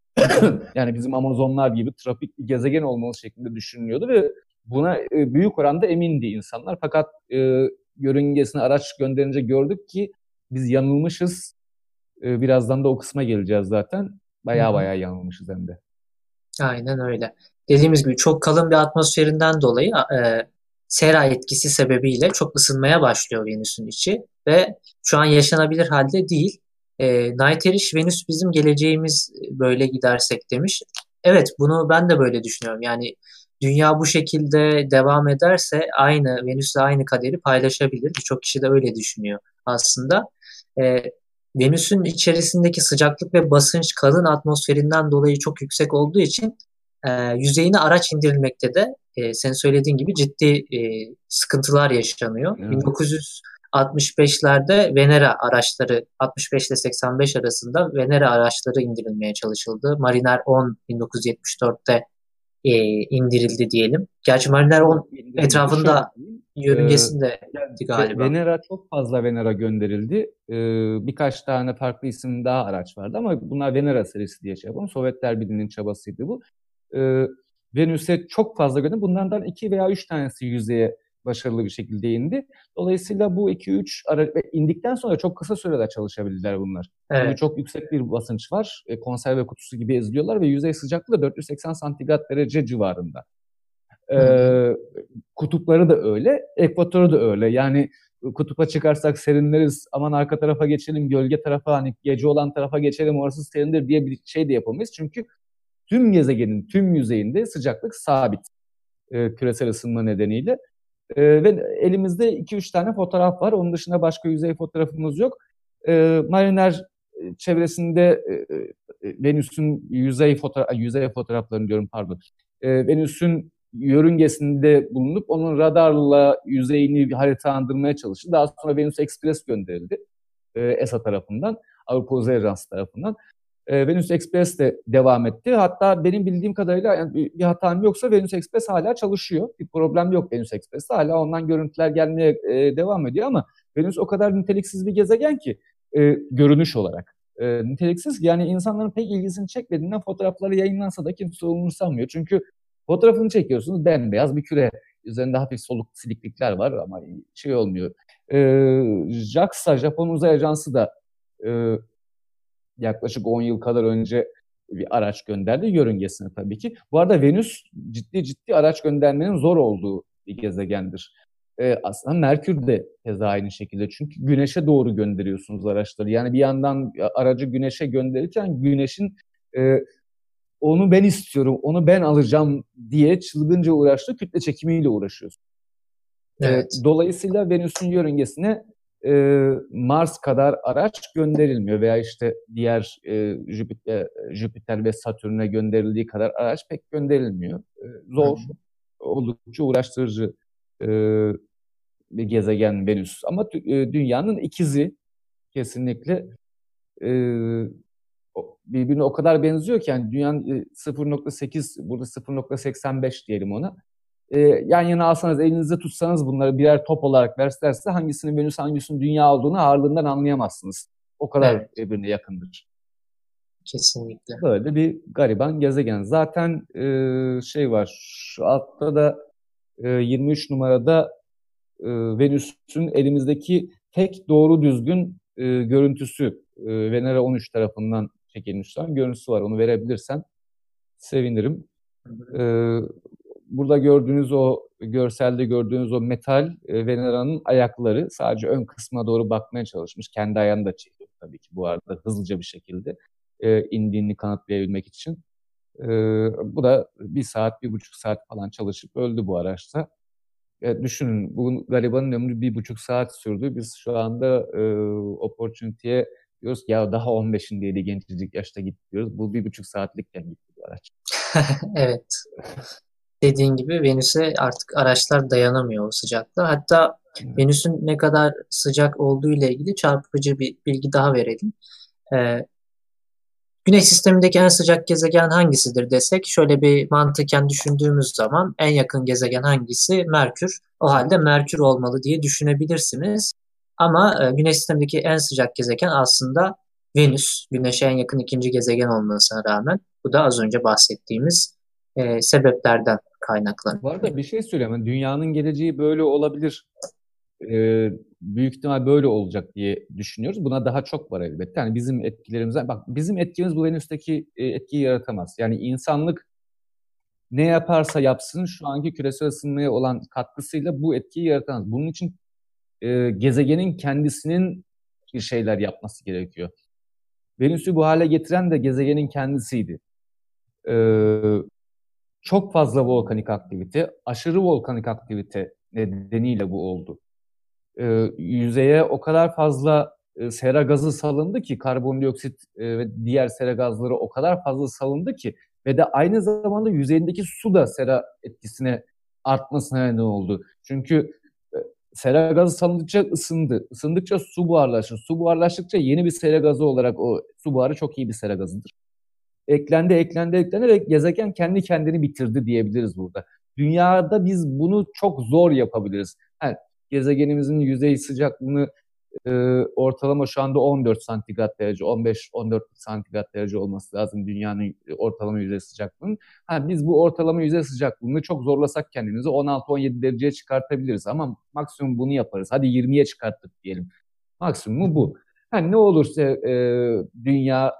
Yani bizim Amazonlar gibi tropik bir gezegen olmalı şeklinde düşünülüyordu ve buna e, büyük oranda emindi insanlar. Fakat e, yörüngesine araç gönderince gördük ki biz yanılmışız. E, birazdan da o kısma geleceğiz zaten. Hı Baya hı. baya yanılmışız hem de. Aynen öyle. Dediğimiz gibi çok kalın bir atmosferinden dolayı e, sera etkisi sebebiyle çok ısınmaya başlıyor Venüs'ün içi ve şu an yaşanabilir halde değil. E, Nighterish Venüs bizim geleceğimiz böyle gidersek demiş. Evet, bunu ben de böyle düşünüyorum. Yani dünya bu şekilde devam ederse aynı Venüs'le aynı kaderi paylaşabilir. Birçok kişi de öyle düşünüyor aslında. E, Venüs'ün içerisindeki sıcaklık ve basınç kalın atmosferinden dolayı çok yüksek olduğu için e, yüzeyine araç indirilmekte de e, senin söylediğin gibi ciddi e, sıkıntılar yaşanıyor. Evet. bin dokuz yüz altmış beşlerde Venera araçları altmış beş ile seksen beş arasında Venera araçları indirilmeye çalışıldı. Mariner on bin dokuz yüz yetmiş dörtte e, indirildi diyelim. Gerçi Mariner Yok, on indirilmedi. Şöyle etrafında diyeyim. Ee, yörüngesindeydi Ve- galiba. Venera çok fazla Venera gönderildi. Ee, birkaç tane farklı isim daha araç vardı ama bunlar Venera serisi diye şey yapalım. Sovyetler Birliği'nin çabasıydı bu. Ee, Venüs'e çok fazla gönderdi. Bunlardan iki veya üç tanesi yüzeye başarılı bir şekilde indi. Dolayısıyla bu iki üç araç ve indikten sonra çok kısa sürede çalışabildiler bunlar. Çünkü Evet. çok yüksek bir basınç var. E, konserve kutusu gibi eziliyorlar ve yüzey sıcaklığı da dört yüz seksen santigrat derece civarında. Hı hı. Ee, Kutupları da öyle, ekvatoru da öyle. Yani kutupa çıkarsak serinleriz, aman arka tarafa geçelim, gölge tarafa, hani gece olan tarafa geçelim, orası serindir diye bir şey de yapamayız. Çünkü tüm gezegenin tüm yüzeyinde sıcaklık sabit e, küresel ısınma nedeniyle. E, ve elimizde iki üç tane fotoğraf var. Onun dışında başka yüzey fotoğrafımız yok. E, Mariner çevresinde e, e, Venüs'ün yüzey fotoğraf yüzey fotoğraflarını diyorum, pardon. E, Venüs'ün yörüngesinde bulunup onun radarla yüzeyini haritalandırmaya çalıştı. Daha sonra Venüs Express gönderildi e, E S A tarafından, Avrupa Uzay Ajansı tarafından. E, Venüs Express de devam etti. Hatta benim bildiğim kadarıyla, yani bir, bir hatam yoksa, Venüs Express hala çalışıyor. Bir problem yok Venüs Express'te. Hala ondan görüntüler gelmeye e, devam ediyor ama Venüs o kadar niteliksiz bir gezegen ki e, görünüş olarak. E, niteliksiz, yani insanların pek ilgisini çekmediğinden fotoğrafları yayınlansa da kimse umursamıyor. Çünkü fotoğrafını çekiyorsunuz, bembeyaz bir küre. Üzerinde hafif soluk siliklikler var ama şey olmuyor. E, JAXA, Japon Uzay Ajansı da e, yaklaşık on yıl kadar önce bir araç gönderdi yörüngesine tabii ki. Bu arada Venüs ciddi ciddi araç göndermenin zor olduğu bir gezegendir. Ee, aslında Merkür de keza aynı şekilde. Çünkü Güneş'e doğru gönderiyorsunuz araçları. Yani bir yandan aracı Güneş'e gönderirken Güneş'in e, onu ben istiyorum, onu ben alacağım diye çılgınca uğraştığı kütle çekimiyle uğraşıyorsunuz. E, Evet. dolayısıyla Venüs'ün yörüngesine e, Mars kadar araç gönderilmiyor veya işte diğer e, Jüpiter, Jüpiter ve Satürn'e gönderildiği kadar araç pek gönderilmiyor. E, Hı zor, hı. oldukça uğraştırıcı e, bir gezegen Venüs. Ama e, Dünya'nın ikizi kesinlikle. E, Birbirine o kadar benziyor ki, yani dünyanın sıfır nokta sekiz, burada sıfır nokta seksen beş diyelim ona. Ee, yan yana alsanız, elinizde tutsanız, bunları birer top olarak verseler size, hangisinin Venüs hangisinin Dünya olduğunu ağırlığından anlayamazsınız. O kadar Evet. birbirine yakındır. Kesinlikle. Böyle bir gariban gezegen. Zaten e, şey var, şu altta da e, yirmi üç numarada e, Venüs'ün elimizdeki tek doğru düzgün e, görüntüsü, e, Venera on üç tarafından çekilmiş şu an görüntüsü var. Onu verebilirsen sevinirim. Hı hı. E, Burada gördüğünüz o görselde gördüğünüz o metal e, Venera'nın ayakları, sadece ön kısmına doğru bakmaya çalışmış. Kendi ayağını da çekiyor tabii ki bu arada, hızlıca bir şekilde e, indiğini kanıtlayabilmek için. E, Bu da bir saat, bir buçuk saat falan çalışıp öldü bu araçta. E, düşünün, bu garibanın ömrü bir buçuk saat sürdü. Biz şu anda e, Opportunity'ye diyoruz ki ya daha on beşindeydi, gencecik yaşta gitti diyoruz. Bu bir buçuk saatlikken gitti bu araç. Evet. Dediğin gibi Venüs'e artık araçlar dayanamıyor o sıcakta. Hatta Venüs'ün ne kadar sıcak olduğu ile ilgili çarpıcı bir bilgi daha verelim. Ee, Güneş sistemindeki en sıcak gezegen hangisidir desek, şöyle bir mantıken düşündüğümüz zaman en yakın gezegen hangisi? Merkür. O halde Merkür olmalı diye düşünebilirsiniz. Ama e, Güneş sistemindeki en sıcak gezegen aslında Venüs. Güneş'e en yakın ikinci gezegen olmasına rağmen. Bu da az önce bahsettiğimiz e, sebeplerden kaynaklanıyor. Bu arada bir şey söyleyeyim. Yani dünyanın geleceği böyle olabilir. Ee, büyük ihtimal böyle olacak diye düşünüyoruz. Buna daha çok var elbette. Yani bizim etkilerimizden, bak, bizim etkimiz bu Venüs'teki e, etkiyi yaratamaz. Yani insanlık ne yaparsa yapsın şu anki küresel ısınmaya olan katkısıyla bu etkiyi yaratamaz. Bunun için e, gezegenin kendisinin bir şeyler yapması gerekiyor. Venüs'ü bu hale getiren de gezegenin kendisiydi. Ee, Çok fazla volkanik aktivite, aşırı volkanik aktivite nedeniyle bu oldu. Ee, yüzeye o kadar fazla e, sera gazı salındı ki, karbondioksit e, ve diğer sera gazları o kadar fazla salındı ki ve de aynı zamanda yüzeyindeki su da sera etkisine artmasına neden oldu. Çünkü e, sera gazı salındıkça ısındı. Isındıkça su buharlaşır. Su buharlaştıkça yeni bir sera gazı olarak, o su buharı çok iyi bir sera gazıdır. Eklendi, eklendi, eklendi ve gezegen kendi kendini bitirdi diyebiliriz burada. Dünyada biz bunu çok zor yapabiliriz. Yani gezegenimizin yüzey sıcaklığını e, ortalama şu anda on dört santigrat derece, on beş on dört santigrat derece olması lazım dünyanın ortalama yüzey sıcaklığının. Ha, biz bu ortalama yüzey sıcaklığını çok zorlasak kendimizi on altı on yedi dereceye çıkartabiliriz ama maksimum bunu yaparız. Hadi yirmiye çıkarttık diyelim. Maksimumu bu. Yani ne olursa e, dünya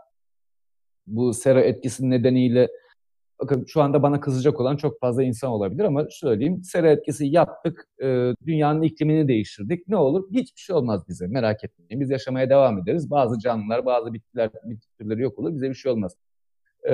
bu sera etkisi nedeniyle, bakın şu anda bana kızacak olan çok fazla insan olabilir ama söyleyeyim, sera etkisi yaptık, e, dünyanın iklimini değiştirdik. Ne olur? Hiçbir şey olmaz bize, merak etmeyin. Biz yaşamaya devam ederiz. Bazı canlılar, bazı bitkiler, bitki türleri yok olur. Bize bir şey olmaz. E,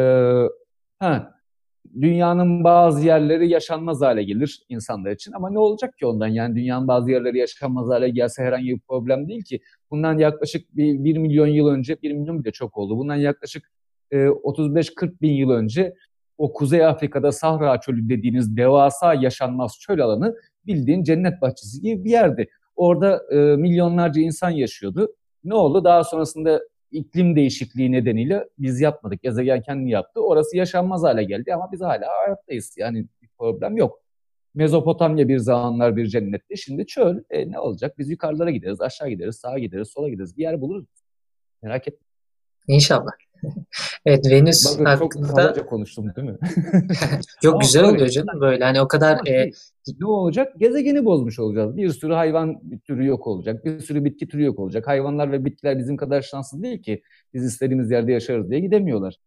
ha, Dünyanın bazı yerleri yaşanmaz hale gelir insanlar için ama ne olacak ki ondan? Yani dünyanın bazı yerleri yaşanmaz hale gelse herhangi bir problem değil ki. Bundan yaklaşık bir, bir milyon yıl önce, bir milyon bile çok oldu. Bundan yaklaşık e, otuz beş kırk bin yıl önce o Kuzey Afrika'da Sahra Çölü dediğiniz devasa yaşanmaz çöl alanı bildiğin cennet bahçesi gibi bir yerdi. Orada e, milyonlarca insan yaşıyordu. Ne oldu? Daha sonrasında iklim değişikliği nedeniyle biz yapmadık. Gezegen kendi yaptı. Orası yaşanmaz hale geldi ama biz hala hayattayız. Yani bir problem yok. Mezopotamya bir zamanlar bir cennetti. Şimdi çöl. E, ne olacak? Biz yukarılara gideriz, aşağı gideriz, sağa gideriz, sola gideriz. Bir yer buluruz. Merak etme. İnşallah. Evet, Venüs Bakın çok hakkında kabaca konuştum değil mi? yok, Ama güzel öyle. oluyor canım böyle. Hani o kadar Ama e, şey, ne olacak? Gezegeni bozmuş olacağız. Bir sürü hayvan türü yok olacak. Bir sürü bitki türü yok olacak. Hayvanlar ve bitkiler bizim kadar şanslı değil ki biz istediğimiz yerde yaşarız diye gidemiyorlar.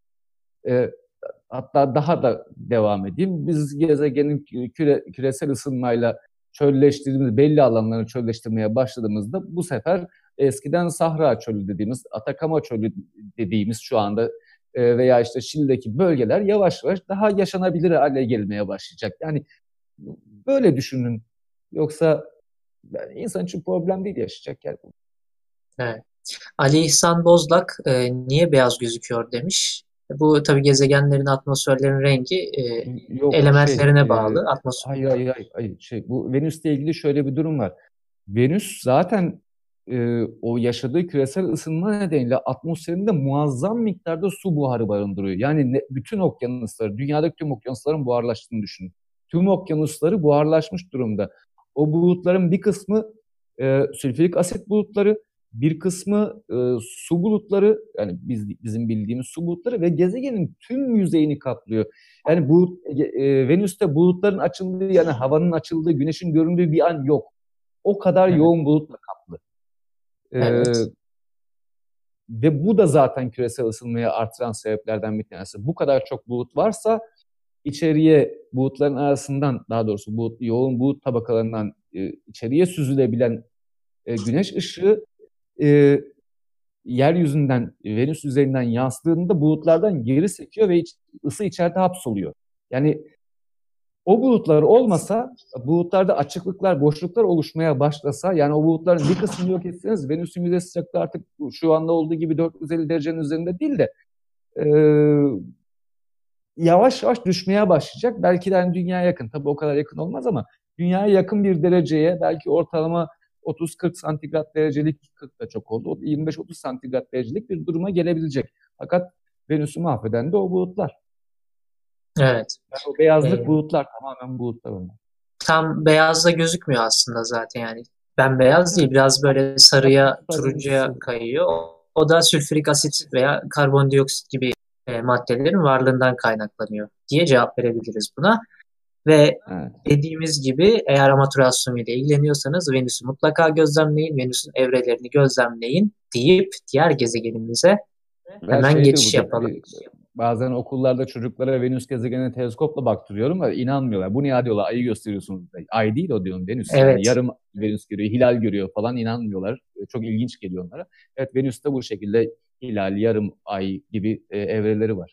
E, Hatta daha da devam edeyim. Biz gezegenin küre, küresel ısınmayla çölleştirdiğimiz, belli alanları çölleştirmeye başladığımızda bu sefer eskiden Sahra Çölü dediğimiz, Atakama Çölü dediğimiz şu anda e, veya işte Şili'deki bölgeler yavaş yavaş daha yaşanabilir hale gelmeye başlayacak. Yani böyle düşünün. Yoksa yani insan için problem değil, yaşayacak yer bu. evet. Ali İhsan Bozlak e, niye beyaz gözüküyor demiş. Bu tabii gezegenlerin, atmosferlerin rengi e, Yok şey, elementlerine e, bağlı. Atmosfer. hayır, hayır, hayır, hayır, şey, bu Venüs'le ilgili şöyle bir durum var. Venüs zaten e, o yaşadığı küresel ısınma nedeniyle atmosferinde muazzam miktarda su buharı barındırıyor. Yani ne, bütün okyanusları, dünyadaki tüm okyanusların buharlaştığını düşünün. Tüm okyanusları buharlaşmış durumda. O bulutların bir kısmı e, sülfürik asit bulutları, bir kısmı e, su bulutları, yani biz bizim bildiğimiz su bulutları ve gezegenin tüm yüzeyini kaplıyor. Yani bu e, Venüs'te bulutların açıldığı, yani havanın açıldığı, güneşin göründüğü bir an yok. O kadar Evet. yoğun bulutla kaplı. Ee, Evet. Ve bu da zaten küresel ısınmayı artıran sebeplerden bir tanesi. Bu kadar çok bulut varsa içeriye, bulutların arasından, daha doğrusu bulut, yoğun bulut tabakalarından e, içeriye süzülebilen e, güneş ışığı e, yeryüzünden, Venüs yüzeyinden yansıdığında bulutlardan geri sekiyor ve iç, ısı içeride hapsoluyor. Yani o bulutlar olmasa, bulutlarda açıklıklar, boşluklar oluşmaya başlasa, yani o bulutların bir kısmını yok etseniz Venüs'ün yüzey sıcaklığı artık şu anda olduğu gibi dört yüz elli derecenin üzerinde değil de e, yavaş yavaş düşmeye başlayacak. Belki de yani dünyaya yakın, tabii o kadar yakın olmaz ama dünyaya yakın bir dereceye, belki ortalama otuz kırk santigrat derecelik, kırk da çok oldu, yirmi beş otuz santigrat derecelik bir duruma gelebilecek. Fakat Venüs'ü mahveden de o bulutlar. Evet. Yani o beyazlık E, bulutlar, tamamen bulutlar onlar. Tam beyaz da gözükmüyor aslında zaten yani. Ben beyaz değil, Evet. biraz böyle sarıya, Atmosferden turuncuya ısı. kayıyor. O, o da sülfürik asit veya karbondioksit gibi e, maddelerin varlığından kaynaklanıyor diye cevap verebiliriz buna. Ve Evet. dediğimiz gibi, eğer amatör astronomi ile ilgileniyorsanız Venüs'ü mutlaka gözlemleyin, Venüs'ün evrelerini gözlemleyin deyip diğer gezegenimize Ve hemen şeydir geçiş bu da yapalım. tabii, bazen okullarda çocuklara Venüs gezegenine teleskopla baktırıyorum da inanmıyorlar. Bu ne ya diyorlar, ayı gösteriyorsunuz. Ay değil o, diyorum, Venüs, yani Evet, yarım Venüs görüyor, hilal görüyor falan, inanmıyorlar. Çok ilginç geliyor onlara. Evet, Venüs de bu şekilde hilal, yarım ay gibi e, evreleri var.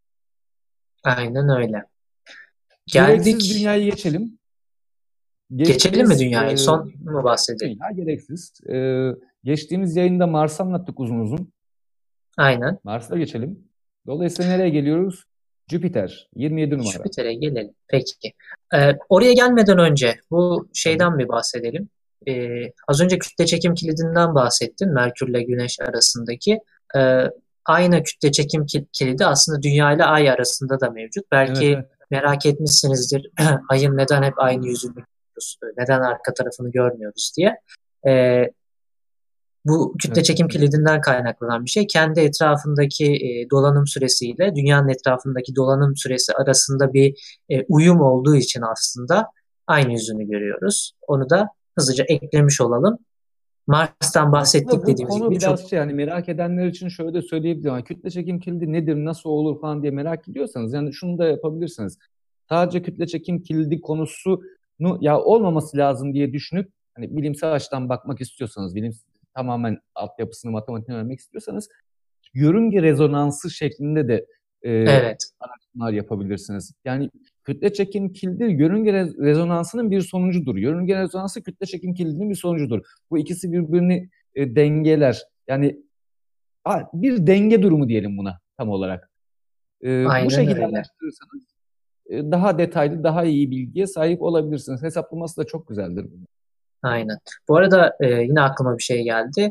Aynen öyle. Gereksiz Geldik. dünyayı geçelim. Geçelim mi Geçtiğimiz dünyayı? e, Son mu bahsedelim? dünya gereksiz. E, geçtiğimiz yayında Mars'ı anlattık uzun uzun. Aynen. Mars'a geçelim. Dolayısıyla nereye geliyoruz? Jüpiter, yirmi yedi numara. Jüpiter'e gelelim. Peki. Ee, oraya gelmeden önce bu Tabii. şeyden bir bahsedelim. Ee, az önce kütle çekim kilidinden bahsettin. Merkürle Güneş arasındaki. Ee, aynı kütle çekim ki- kilidi aslında Dünya ile Ay arasında da mevcut. Evet, Belki evet. merak etmişsinizdir. Ayın neden hep aynı yüzünü görüyoruz? Neden arka tarafını görmüyoruz diye. Ee, Bu kütle Evet. çekim kilidinden kaynaklanan bir şey. Kendi etrafındaki e, dolanım süresiyle dünyanın etrafındaki dolanım süresi arasında bir e, uyum olduğu için aslında aynı yüzünü görüyoruz. Onu da hızlıca eklemiş olalım. Mars'tan Aslında bahsettik bu dediğimiz konu gibi çok biraz şey, yani merak edenler için şöyle de söyleyebilirim. Yani kütle çekim kilidi nedir, nasıl olur falan diye merak ediyorsanız yani şunu da yapabilirsiniz. Sadece kütle çekim kilidi konusunu ya olmaması lazım diye düşünüp hani bilimsel açıdan bakmak istiyorsanız, bilim tamamen altyapısını, matematiğini öğrenmek istiyorsanız yörünge rezonansı şeklinde de e, evet, araştırmalar yapabilirsiniz. Yani kütle çekim kilidi yörünge re- rezonansının bir sonucudur. Yörünge rezonansı kütle çekim kilidinin bir sonucudur. Bu ikisi birbirini e, dengeler. Yani a, bir denge durumu diyelim buna tam olarak. E, bu aynen şekilde öyle. araştırırsanız e, daha detaylı, daha iyi bilgiye sahip olabilirsiniz. Hesaplaması da çok güzeldir. Aynen. Bu arada e, yine aklıma bir şey geldi.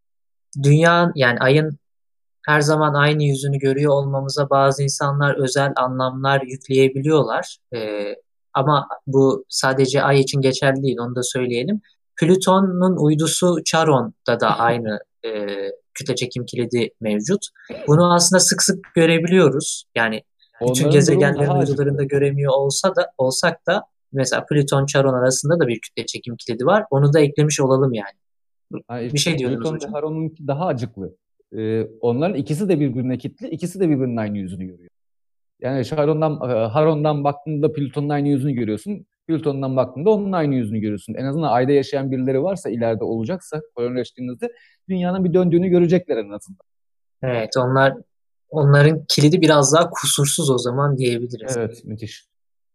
Dünya yani ayın her zaman aynı yüzünü görüyor olmamıza bazı insanlar özel anlamlar yükleyebiliyorlar. Ee, ama bu sadece Ay için geçerli değil, onu da söyleyelim. Plüton'un uydusu Charon'da da aynı e, kütle çekim kilidi mevcut. Bunu aslında sık sık görebiliyoruz. Yani bütün Onların durumu gezegenlerin daha uydularında acıklı. göremiyor olsa da olsak da mesela Plüton Charon arasında da bir kütle çekim kilidi var. Onu da eklemiş olalım yani. Ha Bir işte şey diyordunuz Plüton ve hocam. Haron'unki daha acıklı. E, onların ikisi de birbirine kilitli, ikisi de birbirinin aynı yüzünü görüyor. Yani Charon'dan, e, Haron'dan baktığında Plüton'un aynı yüzünü görüyorsun. Plüton'dan baktığında onun aynı yüzünü görüyorsun. En azından ayda yaşayan birileri varsa, ileride olacaksa kolonileştiğimizde dünyanın bir döndüğünü görecekler en azından. Evet, onlar onların kilidi biraz daha kusursuz o zaman diyebiliriz. Evet, müthiş.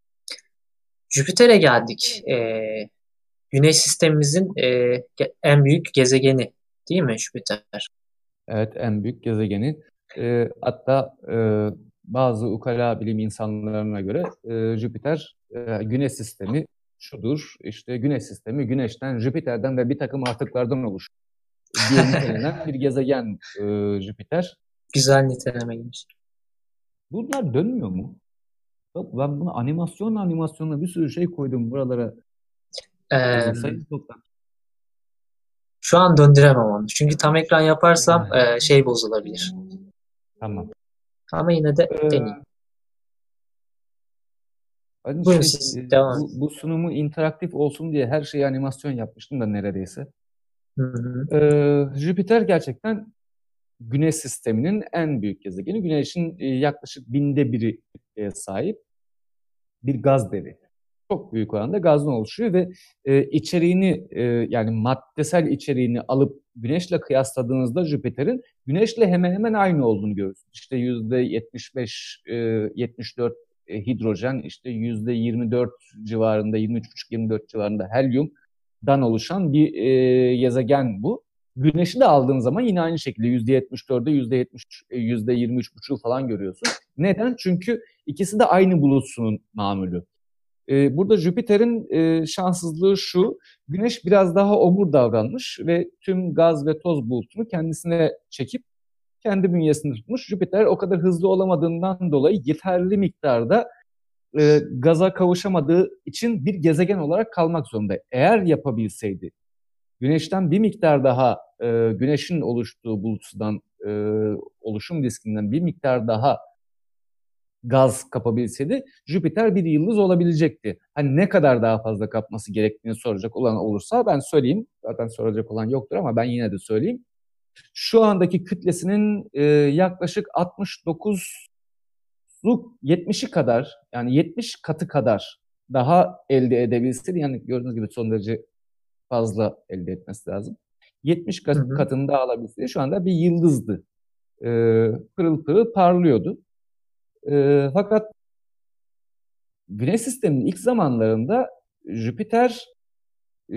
Jüpiter'e geldik. Ee, Güneş sistemimizin e, ge- en büyük gezegeni değil mi Jüpiter? Evet, en büyük gezegeni. E, hatta e, bazı ukala bilim insanlarına göre e, Jüpiter e, Güneş sistemi şudur. İşte Güneş sistemi Güneş'ten, Jüpiter'den ve bir takım artıklardan oluşur diye nitelenen bir gezegen e, Jüpiter. Güzel nitelemeymiş. Bunlar dönmüyor mu? Bak, ben bunu animasyon animasyonla bir sürü şey koydum buralara. Ee, E, sayın toplam. Şu an döndüremem onu. Çünkü tam ekran yaparsam e, şey bozulabilir. Tamam. Ama yine de deneyeyim. Ee, hani Buyurun şey siz e, devam bu, edin. bu sunumu interaktif olsun diye her şeyi animasyon yapmıştım da neredeyse. Hı hı. Ee, Jüpiter gerçekten Güneş sisteminin en büyük gezegeni. Güneş'in e, yaklaşık binde biri e, sahip bir gaz devi. Çok büyük oranda gazdan oluşuyor ve e, içeriğini e, yani maddesel içeriğini alıp Güneş'le kıyasladığınızda Jüpiter'in Güneş'le hemen hemen aynı olduğunu görüyorsunuz. İşte yüzde yetmiş beş, e, yetmiş dört e, hidrojen, işte yüzde yirmi dört civarında, yirmi üç buçuk yirmi dört civarında helyumdan oluşan bir e, gezegen bu. Güneş'i de aldığın zaman yine aynı şekilde yüzde yetmiş dörde yüzde yetmiş, yüzde yirmi üç buçuk falan görüyorsun. Neden? Çünkü ikisi de aynı bulutsunun mamülü. Ee, burada Jüpiter'in e, şanssızlığı şu, Güneş biraz daha obur davranmış ve tüm gaz ve toz bulutunu kendisine çekip kendi bünyesinde tutmuş. Jüpiter o kadar hızlı olamadığından dolayı yeterli miktarda e, gaza kavuşamadığı için bir gezegen olarak kalmak zorunda. Eğer yapabilseydi, Güneş'ten bir miktar daha, e, Güneş'in oluştuğu bulutsudan, e, oluşum diskinden bir miktar daha gaz kapabilseydi Jüpiter bir yıldız olabilecekti. Hani ne kadar daha fazla kapması gerektiğini soracak olan olursa ben söyleyeyim. Zaten soracak olan yoktur ama ben yine de söyleyeyim. Şu andaki kütlesinin e, yaklaşık altmış dokuzluk yetmişi kadar, yani yetmiş katı kadar daha elde edebilseydi, yani gördüğünüz gibi son derece fazla elde etmesi lazım. yetmiş Hı hı. katını daha alabilseydi şu anda bir yıldızdı. e, pırıl pırıl parlıyordu. E, fakat Güneş sisteminin ilk zamanlarında Jüpiter, e,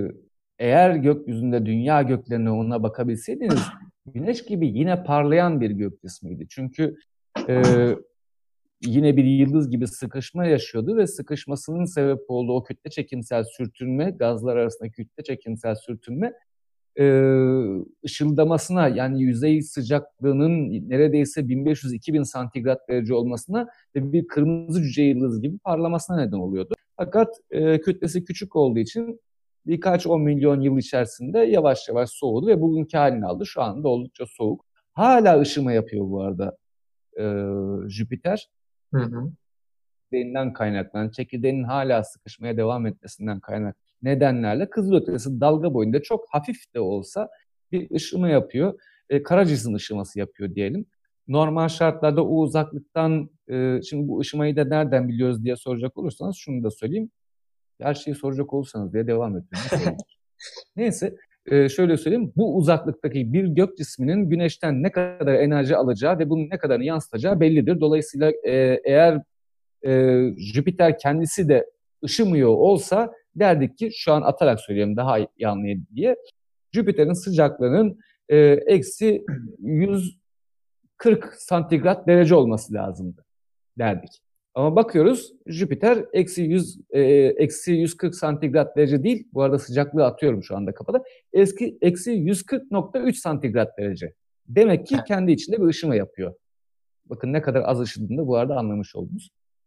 eğer gökyüzünde dünya göklerine ona bakabilseydiniz, Güneş gibi yine parlayan bir gök cismiydi. Çünkü e, yine bir yıldız gibi sıkışma yaşıyordu ve sıkışmasının sebep olduğu o kütle çekimsel sürtünme, gazlar arasındaki kütle çekimsel sürtünme e, ışıldamasına, yani yüzey sıcaklığının neredeyse bin beş yüz iki bin santigrat derece olmasına ve bir kırmızı cüce yıldız gibi parlamasına neden oluyordu. Fakat e, kütlesi küçük olduğu için birkaç on milyon yıl içerisinde yavaş yavaş soğudu ve bugünkü halini aldı. Şu anda oldukça soğuk. Hala ışıma yapıyor bu arada e, Jüpiter. Hı hı. Çekirdeğinden kaynaklanan, çekirdeğinin hala sıkışmaya devam etmesinden kaynak nedenlerle kızılötesi dalga boyunda çok hafif de olsa bir ışıma yapıyor. E, kara cisim ışıması yapıyor diyelim. Normal şartlarda o uzaklıktan, e, şimdi bu ışımayı da nereden biliyoruz diye soracak olursanız şunu da söyleyeyim. Her şeyi soracak olursanız diye devam ediyorum. Ne söyleyeyim? Neyse, e, şöyle söyleyeyim. Bu uzaklıktaki bir gök cisminin güneşten ne kadar enerji alacağı ve bunun ne kadarını yansıtacağı bellidir. Dolayısıyla e, eğer e, Jüpiter kendisi de ışımıyor olsa derdik ki, şu an atarak söyleyeyim daha iyi anlayın diye, Jüpiter'in sıcaklığının e, eksi yüz kırk santigrat derece olması lazımdı derdik. Ama bakıyoruz Jüpiter eksi yüz e, eksi yüz kırk santigrat derece değil. Bu arada sıcaklığı atıyorum şu anda kafada. Eski eksi yüz kırk nokta üç santigrat derece. Demek ki kendi içinde bir ışıma yapıyor. Bakın ne kadar az ışıdığını da bu arada anlamış oldunuz.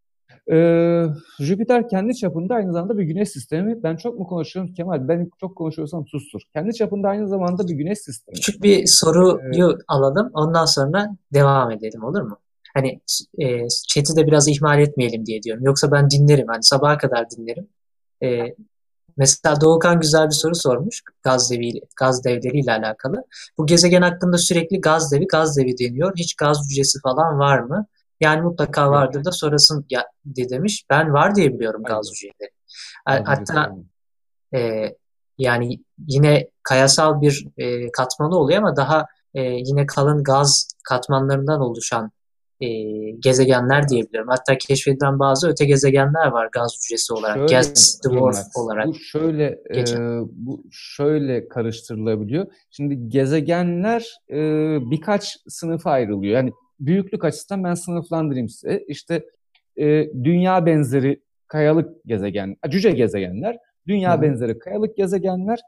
Ee, Jüpiter kendi çapında aynı zamanda bir güneş sistemi. Ben çok mu konuşuyorum Kemal? Ben çok konuşuyorsam sustur. Kendi çapında aynı zamanda bir güneş sistemi. Küçük bir soruyu Ee, alalım. Ondan sonra devam edelim, olur mu? Hani e, chat'i de biraz ihmal etmeyelim diye diyorum. Yoksa ben dinlerim. Hani sabaha kadar dinlerim. E, Mesela Doğukan güzel bir soru sormuş. Gaz devi, gaz devleriyle alakalı. Bu gezegen hakkında sürekli gaz devi, gaz devi deniyor. Hiç gaz hücresi falan var mı? Yani mutlaka yok. vardır da sorasın ya, de demiş. Ben var diye biliyorum Hayır gaz yok. hücreleri. Gaz hücresi Hatta olmuyor. e, yani yine kayasal bir e, katmanı oluyor ama daha e, yine kalın gaz katmanlarından oluşan e, gezegenler diyebiliyorum. Hatta keşfedilen bazı öte gezegenler var gaz hücresi olarak, Şöyle gas dwarf Durmax. olarak Bu şöyle e, geçen. bu şöyle karıştırılabiliyor. Şimdi gezegenler e, birkaç sınıfa ayrılıyor. Yani büyüklük açısından ben sınıflandırayım size. İşte e, dünya benzeri kayalık gezegen, cüce gezegenler, Hı dünya hı, benzeri kayalık gezegenler,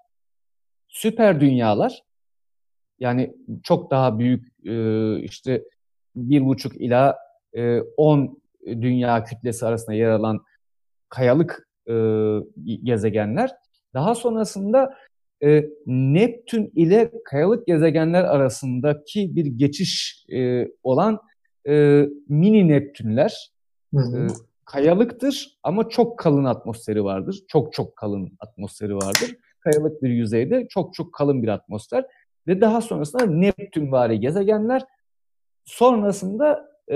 süper dünyalar, yani çok daha büyük, e, işte bir buçuk ila e, on dünya kütlesi arasında yer alan kayalık e, gezegenler. Daha sonrasında e, Neptün ile kayalık gezegenler arasındaki bir geçiş e, olan e, mini Neptünler. hı E, hı. kayalıktır ama çok kalın atmosferi vardır. Çok çok kalın atmosferi vardır. Kayalık bir yüzeyde çok çok kalın bir atmosfer. Ve daha sonrasında Neptünvari gezegenler, sonrasında e,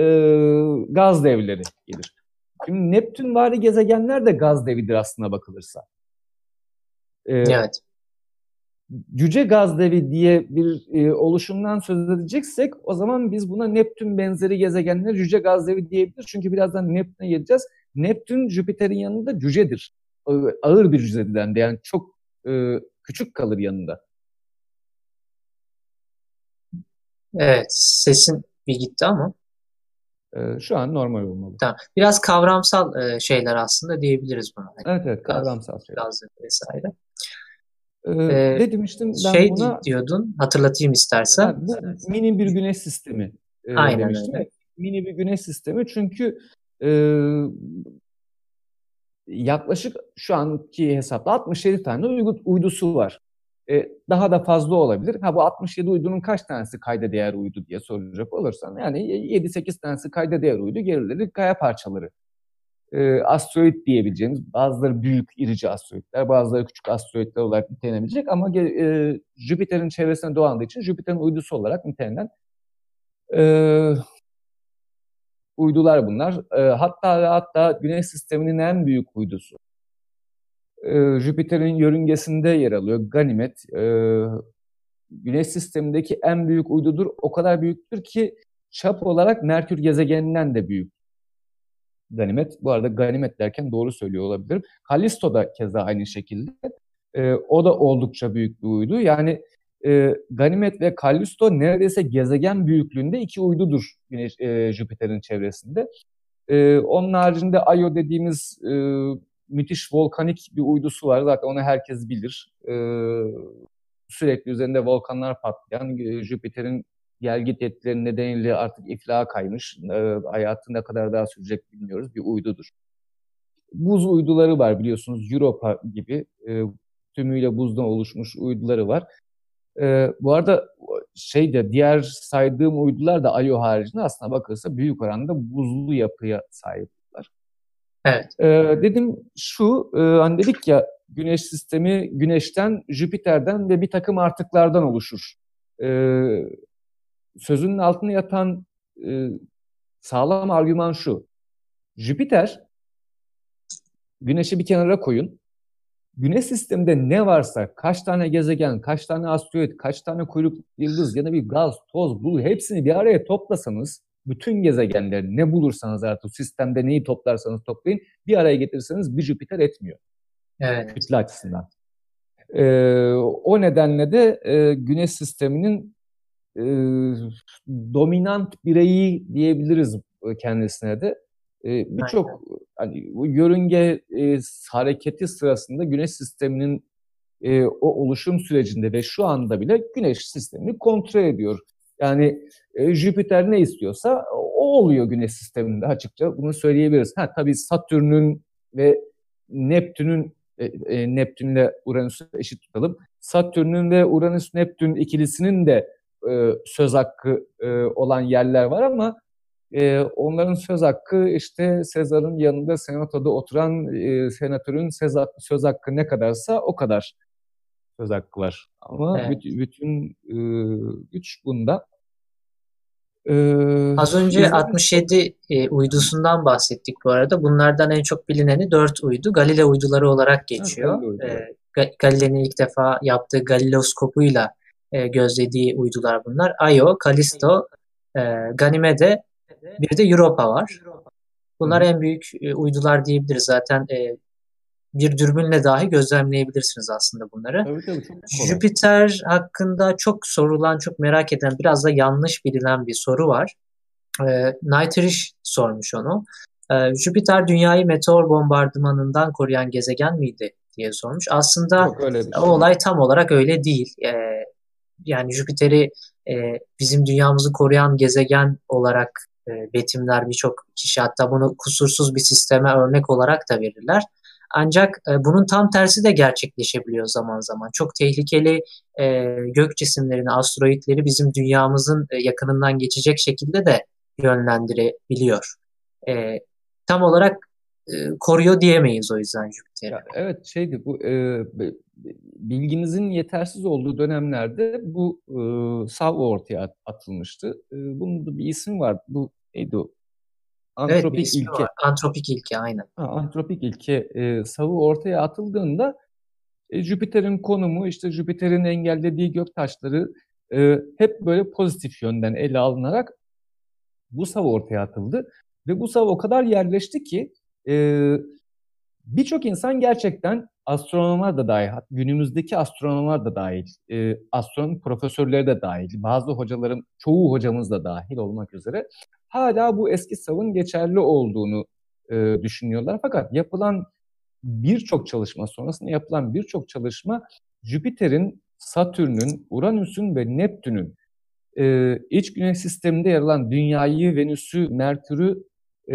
gaz devleri gelir. Şimdi Neptünvari gezegenler de gaz devidir aslına bakılırsa. E, Evet. cüce gaz devi diye bir e, oluşumdan söz edeceksek, o zaman biz buna Neptün benzeri gezegenler cüce gaz devi diyebiliriz. Çünkü birazdan Neptün'e geleceğiz. Neptün Jüpiter'in yanında cücedir. Ağır bir cücedir. Yani çok e, küçük kalır yanında. Evet. Sesin bir gitti ama. E, şu an normal olmalı. Tamam. Biraz kavramsal e, şeyler aslında diyebiliriz buna. Hani Evet evet, gaz, kavramsal şeyler. gaz vesaire. E, E, ne demiştim ben Şey buna? diyordun, hatırlatayım istersen. Ha, bu mini bir güneş sistemi e, Aynen demiştim. öyle. Evet, mini bir güneş sistemi çünkü e, yaklaşık şu anki hesapla altmış yedi tane uydu, uydusu var. E, daha da fazla olabilir. Ha, bu altmış yedi uydunun kaç tanesi kayda değer uydu diye soracak olursan, yani yedi sekiz tanesi kayda değer uydu, gerileri kaya parçaları. E, asteroid diyebileceğimiz, bazıları büyük irici asteroidler, bazıları küçük asteroidler olarak nitelenebilecek ama e, Jüpiter'in çevresine dolandığı için Jüpiter'in uydusu olarak nitelenen e, uydular bunlar. E, hatta ve hatta Güneş sisteminin en büyük uydusu, E, Jüpiter'in yörüngesinde yer alıyor. Ganimet. E, Güneş sistemindeki en büyük uydudur. O kadar büyüktür ki çap olarak Merkür gezegeninden de büyük. Ganimet. Bu arada Ganimet derken doğru söylüyor olabilirim. Kallisto da keza aynı şekilde. E, o da oldukça büyük bir uydu. Yani e, Ganimet ve Kallisto neredeyse gezegen büyüklüğünde iki uydudur Güneş, e, Jüpiter'in çevresinde. E, onun haricinde Io dediğimiz e, müthiş volkanik bir uydusu var. Zaten onu herkes bilir. E, sürekli üzerinde volkanlar patlayan, e, Jüpiter'in gelgit etkileri nedeniyle artık iflaha kaymış. E, hayatı ne kadar daha sürecek bilmiyoruz. Bir uydudur. Buz uyduları var biliyorsunuz. Europa gibi e, tümüyle buzdan oluşmuş uyduları var. E, bu arada şey de diğer saydığım uydular da Io haricinde aslına bakılırsa büyük oranda buzlu yapıya sahipler. Evet. E, dedim şu, e, hani dedik ya Güneş sistemi Güneş'ten, Jüpiter'den ve bir takım artıklardan oluşur. E, sözünün altına yatan e, sağlam argüman şu. Jüpiter, Güneş'i bir kenara koyun. Güneş sisteminde ne varsa, kaç tane gezegen, kaç tane asteroid, kaç tane kuyruklu yıldız ya da bir gaz, toz, bul hepsini bir araya toplasanız, bütün gezegenleri ne bulursanız artık sistemde neyi toplarsanız toplayın, bir araya getirirseniz bir Jüpiter etmiyor. Evet. Kütle açısından. Ee, o nedenle de e, Güneş sisteminin e, dominant bireyi diyebiliriz kendisine de. E, Birçok hani, bu yörünge e, hareketi sırasında Güneş sisteminin e, o oluşum sürecinde ve şu anda bile Güneş sistemini kontrol ediyor. Yani e, Jüpiter ne istiyorsa o oluyor Güneş sisteminde, açıkça bunu söyleyebiliriz. Ha tabii Satürn'ün ve Neptün'ün e, e, Neptün'le Uranüs'ü eşit tutalım. Satürn'ün ve Uranüs-Neptün ikilisinin de e, söz hakkı e, olan yerler var ama e, onların söz hakkı işte Sezar'ın yanında senatoda oturan e, senatörün söz hakkı, söz hakkı ne kadarsa o kadar söz hakkı var. Ama Evet. bütün, bütün e, güç bunda. E, Az önce izledim. altmış yedi e, uydusundan bahsettik bu arada. Bunlardan en çok bilineni dört uydu. Galile uyduları olarak geçiyor. Evet, E, Galile'nin ilk defa yaptığı Galileoskopuyla e, gözlediği uydular bunlar. Io, Callisto, e, Ganymede, bir de Europa var. Bunlar Hı hı. en büyük e, uydular diyebiliriz. Zaten e, bir dürbünle dahi gözlemleyebilirsiniz aslında bunları. Tabii tabii çok kolay. Jüpiter hakkında çok sorulan, çok merak edilen, biraz da yanlış bilinen bir soru var. E, Nightrish sormuş onu. E, Jüpiter dünyayı meteor bombardımanından koruyan gezegen miydi diye sormuş. Aslında Yok öyle bir o şey değil. olay tam olarak öyle değil. E, yani Jüpiter'i e, bizim dünyamızı koruyan gezegen olarak e, betimler birçok kişi, hatta bunu kusursuz bir sisteme örnek olarak da verirler. Ancak e, bunun tam tersi de gerçekleşebiliyor zaman zaman. Çok tehlikeli e, gök cisimlerini, asteroidleri bizim dünyamızın e, yakınından geçecek şekilde de yönlendirebiliyor. E, tam olarak e, koruyor diyemeyiz o yüzden Jüpiter'i. Ya, evet şeydi bu e, bilgimizin yetersiz olduğu dönemlerde bu e, sav ortaya atılmıştı. E, bunun da bir ismi var. Bu neydi o? Evet, bir Antropik ismi ilke. var. Antropik ilke, aynen. Ha, antropik ilke e, savı ortaya atıldığında e, Jüpiter'in konumu, işte Jüpiter'in engellediği göktaşları e, hep böyle pozitif yönden ele alınarak bu sav ortaya atıldı. Ve bu sav o kadar yerleşti ki e, birçok insan gerçekten, astronomlar da dahil, günümüzdeki astronomlar da dahil, e, astronomi profesörleri de dahil, bazı hocalarım, çoğu hocamız da dahil olmak üzere hala bu eski savın geçerli olduğunu e, düşünüyorlar. Fakat yapılan birçok çalışma, sonrasında yapılan birçok çalışma Jüpiter'in, Satürn'ün, Uranüs'ün ve Neptün'ün e, iç güneş sisteminde yer alan Dünya'yı, Venüs'ü, Merkür'ü e,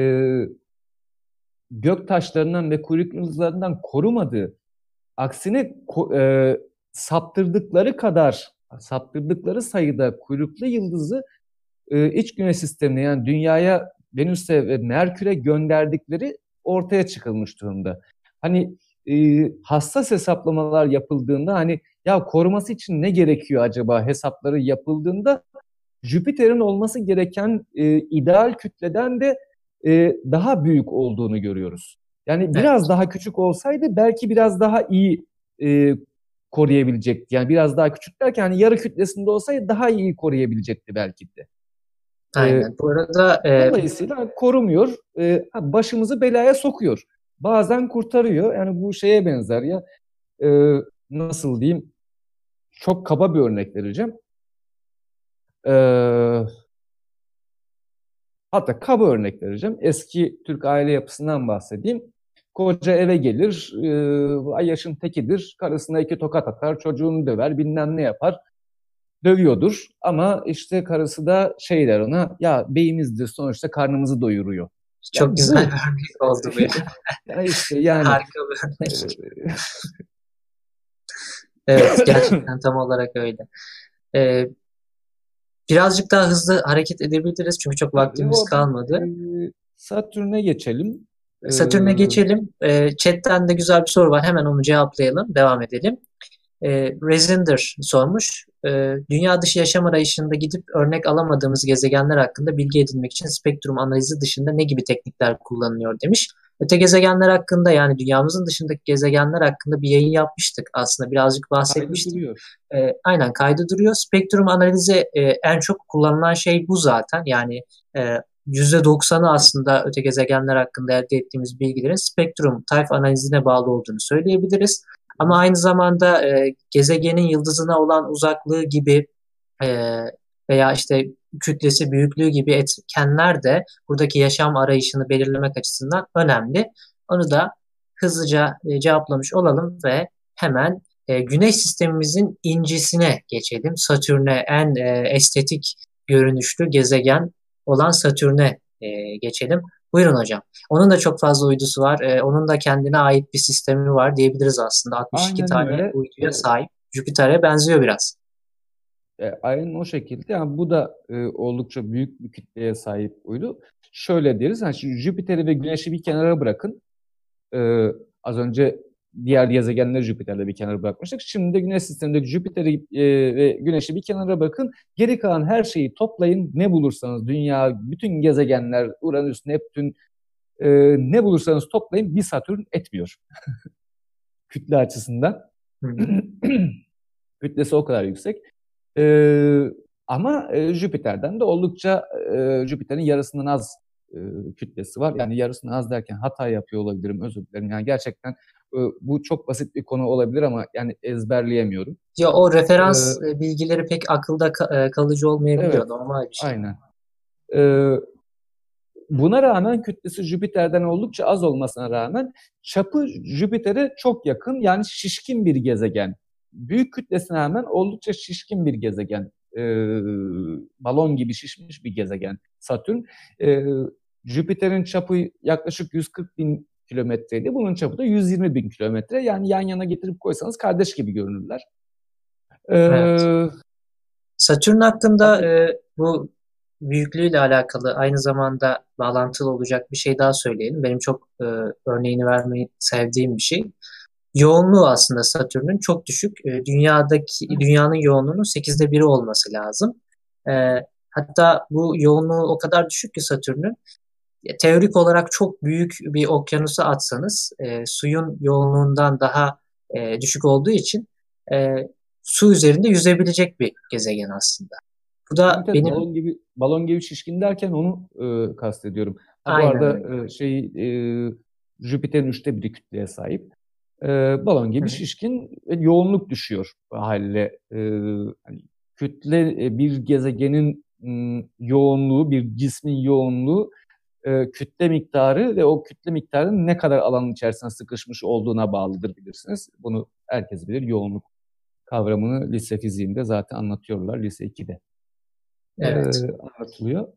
gök taşlarından ve kuyruklu yıldızlarından korumadığı, aksine ko- e, saptırdıkları kadar, saptırdıkları sayıda kuyruklu yıldızı e, iç güneş sistemine, yani Dünya'ya, Venüs'e ve Merkür'e gönderdikleri ortaya çıkılmış durumda. Hani e, hassas hesaplamalar yapıldığında, hani ya koruması için ne gerekiyor acaba hesapları yapıldığında Jüpiter'in olması gereken e, ideal kütleden de e, daha büyük olduğunu görüyoruz. Yani Evet. biraz daha küçük olsaydı belki biraz daha iyi e, koruyabilecekti. Yani biraz daha küçük derken hani yarı kütlesinde olsaydı daha iyi koruyabilecekti belki de. Ee, Aynen. Bu arada e, Dolayısıyla korumuyor, e, başımızı belaya sokuyor. Bazen kurtarıyor. Yani bu şeye benzer ya, e, nasıl diyeyim, çok kaba bir örnek vereceğim. E, Hatta kaba örnek vereceğim. Eski Türk aile yapısından bahsedeyim. Koca eve gelir, e, ay yaşın tekidir, karısına iki tokat atar, çocuğunu döver, bilmem ne yapar. Dövüyordur ama işte karısı da şey der ona, ya beyimizdir sonuçta, karnımızı doyuruyor. Yani çok güzel bir bu örnek oldu bu. ya işte yani Harika bir e, örnek. Evet, gerçekten tam olarak öyle. E, Birazcık daha hızlı hareket edebiliriz çünkü çok tabii vaktimiz oradan e, kalmadı. Satürn'e geçelim. E, Satürn'e geçelim. E, chatten de güzel bir soru var. Hemen onu cevaplayalım. Devam edelim. E, Rezinder sormuş. E, dünya dışı yaşam arayışında gidip örnek alamadığımız gezegenler hakkında bilgi edinmek için spektrum analizi dışında ne gibi teknikler kullanılıyor demiş. Öte gezegenler hakkında, yani dünyamızın dışındaki gezegenler hakkında bir yayın yapmıştık. Aslında birazcık kaydı bahsetmiştik. duruyor. E, aynen, kaydı duruyor. Spektrum analizi e, en çok kullanılan şey bu zaten. Yani e, yüzde doksanı aslında öte gezegenler hakkında elde ettiğimiz bilgilerin spektrum tayf analizine bağlı olduğunu söyleyebiliriz. Ama aynı zamanda e, gezegenin yıldızına olan uzaklığı gibi e, veya işte kütlesi, büyüklüğü gibi etkenler de buradaki yaşam arayışını belirlemek açısından önemli. Onu da hızlıca e, cevaplamış olalım ve hemen e, Güneş sistemimizin incisine geçelim. Satürn'e, en e, estetik görünüşlü gezegen olan Satürn'e e, geçelim. Buyurun hocam. Onun da çok fazla uydusu var. E, onun da kendine ait bir sistemi var diyebiliriz aslında. altmış iki Aynen tane öyle. uyduya E, sahip. Jüpiter'e benziyor biraz. E, aynen o şekilde. Yani bu da e, oldukça büyük bir kütleye sahip uydu. Şöyle deriz, hani şimdi Jüpiter'i ve Güneş'i bir kenara bırakın. E, Az önce diğer gezegenleri Jüpiter'le bir kenara bırakmıştık. Şimdi de Güneş sistemindeki Jüpiter'i e, ve Güneş'i bir kenara bırakın. Geri kalan her şeyi toplayın. Ne bulursanız, Dünya, bütün gezegenler, Uranüs, Neptün, e, ne bulursanız toplayın, bir Satürn etmiyor kütle açısından. Hı hı. Kütlesi o kadar yüksek. Ee, Ama e, Jüpiter'den de oldukça, e, Jüpiter'in yarısından az e, kütlesi var. Yani yarısından az derken hata yapıyor olabilirim, özür dilerim. Yani gerçekten e, bu çok basit bir konu olabilir ama yani ezberleyemiyorum. Ya o Ee, referans e, bilgileri pek akılda ka- e, kalıcı olmayabiliyor. evet, Normal bir şey. aynen. Ee, Buna rağmen kütlesi Jüpiter'den oldukça az olmasına rağmen çapı Jüpiter'e çok yakın, yani şişkin bir gezegen. Büyük kütlesine rağmen oldukça şişkin bir gezegen. Ee, balon gibi şişmiş bir gezegen Satürn. Ee, Jüpiter'in çapı yaklaşık yüz kırk bin kilometreydi. Bunun çapı da yüz yirmi bin kilometre. Yani yan yana getirip koysanız kardeş gibi görünürler. Evet. Ee, Satürn hakkında tabii, e, bu büyüklüğüyle alakalı aynı zamanda bağlantılı olacak bir şey daha söyleyelim. Benim çok e, örneğini vermeyi sevdiğim bir şey. Yoğunluğu aslında Satürn'ün çok düşük. E, dünyadaki dünyanın yoğunluğunun sekizde biri olması lazım. E, Hatta bu yoğunluğu o kadar düşük ki Satürn'ün, teorik olarak çok büyük bir okyanusa atsanız e, suyun yoğunluğundan daha e, düşük olduğu için e, su üzerinde yüzebilecek bir gezegen aslında. Bu da evet, evet, benim balon gibi balon gibi şişkin derken onu e, kastediyorum. Ha, bu aynen öyle. arada e, şey e, Jüpiter'in üçte biri kütleye sahip. E, Balon Hı gibi hı. şişkin ve yoğunluk düşüyor haliyle. E, hani kütle e, bir gezegenin m, yoğunluğu, bir cismin yoğunluğu, e, kütle miktarı ve o kütle miktarının ne kadar alanın içerisine sıkışmış olduğuna bağlıdır, bilirsiniz. Bunu herkes bilir. Yoğunluk kavramını lise fiziğinde zaten anlatıyorlar, lise ikide e, Evet. anlatılıyor.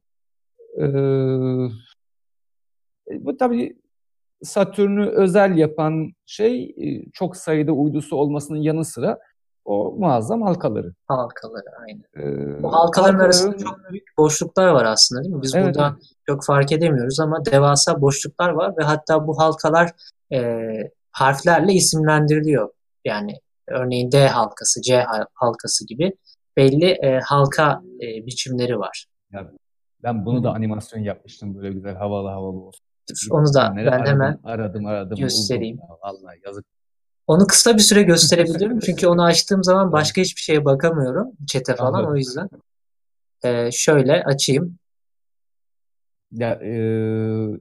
E, bu tabii Satürn'ü özel yapan şey, e, çok sayıda uydusu olmasının yanı sıra o muazzam halkaları. Halkaları aynı. E, O halkaların arasında Halkaların, çok büyük boşluklar var aslında, değil mi? Biz evet, evet, burada çok fark edemiyoruz ama devasa boşluklar var ve hatta bu halkalar e, harflerle isimlendiriliyor. Yani örneğin D halkası, C hal- halkası gibi belli e, halka e, biçimleri var. ya ben Hı bunu da hı. animasyon yapmıştım, böyle güzel havalı havalı olsun. Dur, Gidip onu da günleri ben aradım hemen aradım aradım buldum göstereyim. ya, vallahi yazık. Onu kısa bir süre gösterebiliyorum çünkü onu açtığım zaman Tamam. başka hiçbir şeye bakamıyorum. Çete falan o Anladım. yüzden. Ee, şöyle açayım. Ya, e,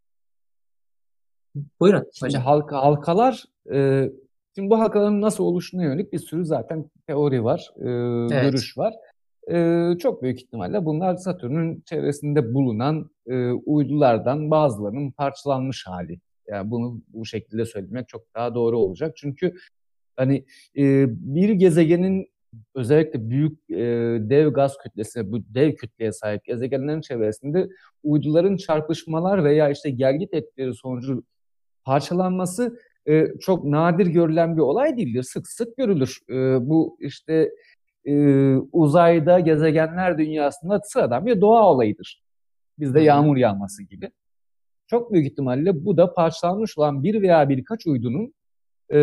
Buyurun şimdi hocam. halka, halkalar, e, şimdi bu halkaların nasıl oluştuğuna yönelik bir sürü zaten teori var, e, Evet. görüş var. E, çok büyük ihtimalle bunlar Satürn'ün çevresinde bulunan e, uydulardan bazılarının parçalanmış hali. Yani bunu bu şekilde söylemek çok daha doğru olacak. Çünkü hani e, bir gezegenin özellikle büyük e, dev gaz kütlesine, bu dev kütleye sahip gezegenlerin çevresinde uyduların çarpışmalar veya işte gelgit etkileri sonucu parçalanması e, çok nadir görülen bir olay değildir. Sık sık görülür. E, bu işte e, uzayda gezegenler dünyasında sıradan bir doğa olayıdır. Hı Bizde hı. yağmur yağması gibi. Çok büyük ihtimalle bu da parçalanmış olan bir veya birkaç uydunun e,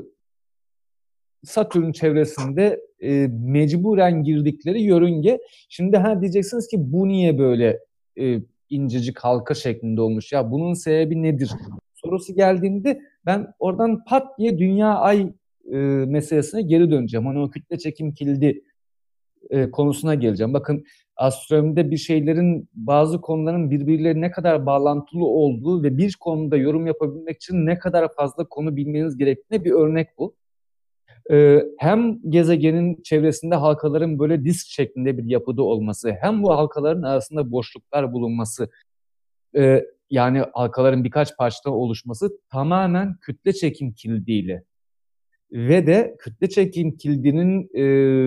Satürn çevresinde e, mecburen girdikleri yörünge. Şimdi ha diyeceksiniz ki bu niye böyle e, incecik halka şeklinde olmuş? Ya bunun sebebi nedir? Sorusu geldiğinde ben oradan pat diye dünya ay e, meselesine geri döneceğim. Hani o kütle çekim kilidi e, konusuna geleceğim. Bakın astronomide bir şeylerin, bazı konuların birbirleriyle ne kadar bağlantılı olduğu ve bir konuda yorum yapabilmek için ne kadar fazla konu bilmeniz gerektiğine bir örnek bu. Ee, hem gezegenin çevresinde halkaların böyle disk şeklinde bir yapıda olması, hem bu halkaların arasında boşluklar bulunması, e, yani halkaların birkaç parçadan oluşması tamamen kütle çekim kildiyle ve de kütle çekim kildinin e,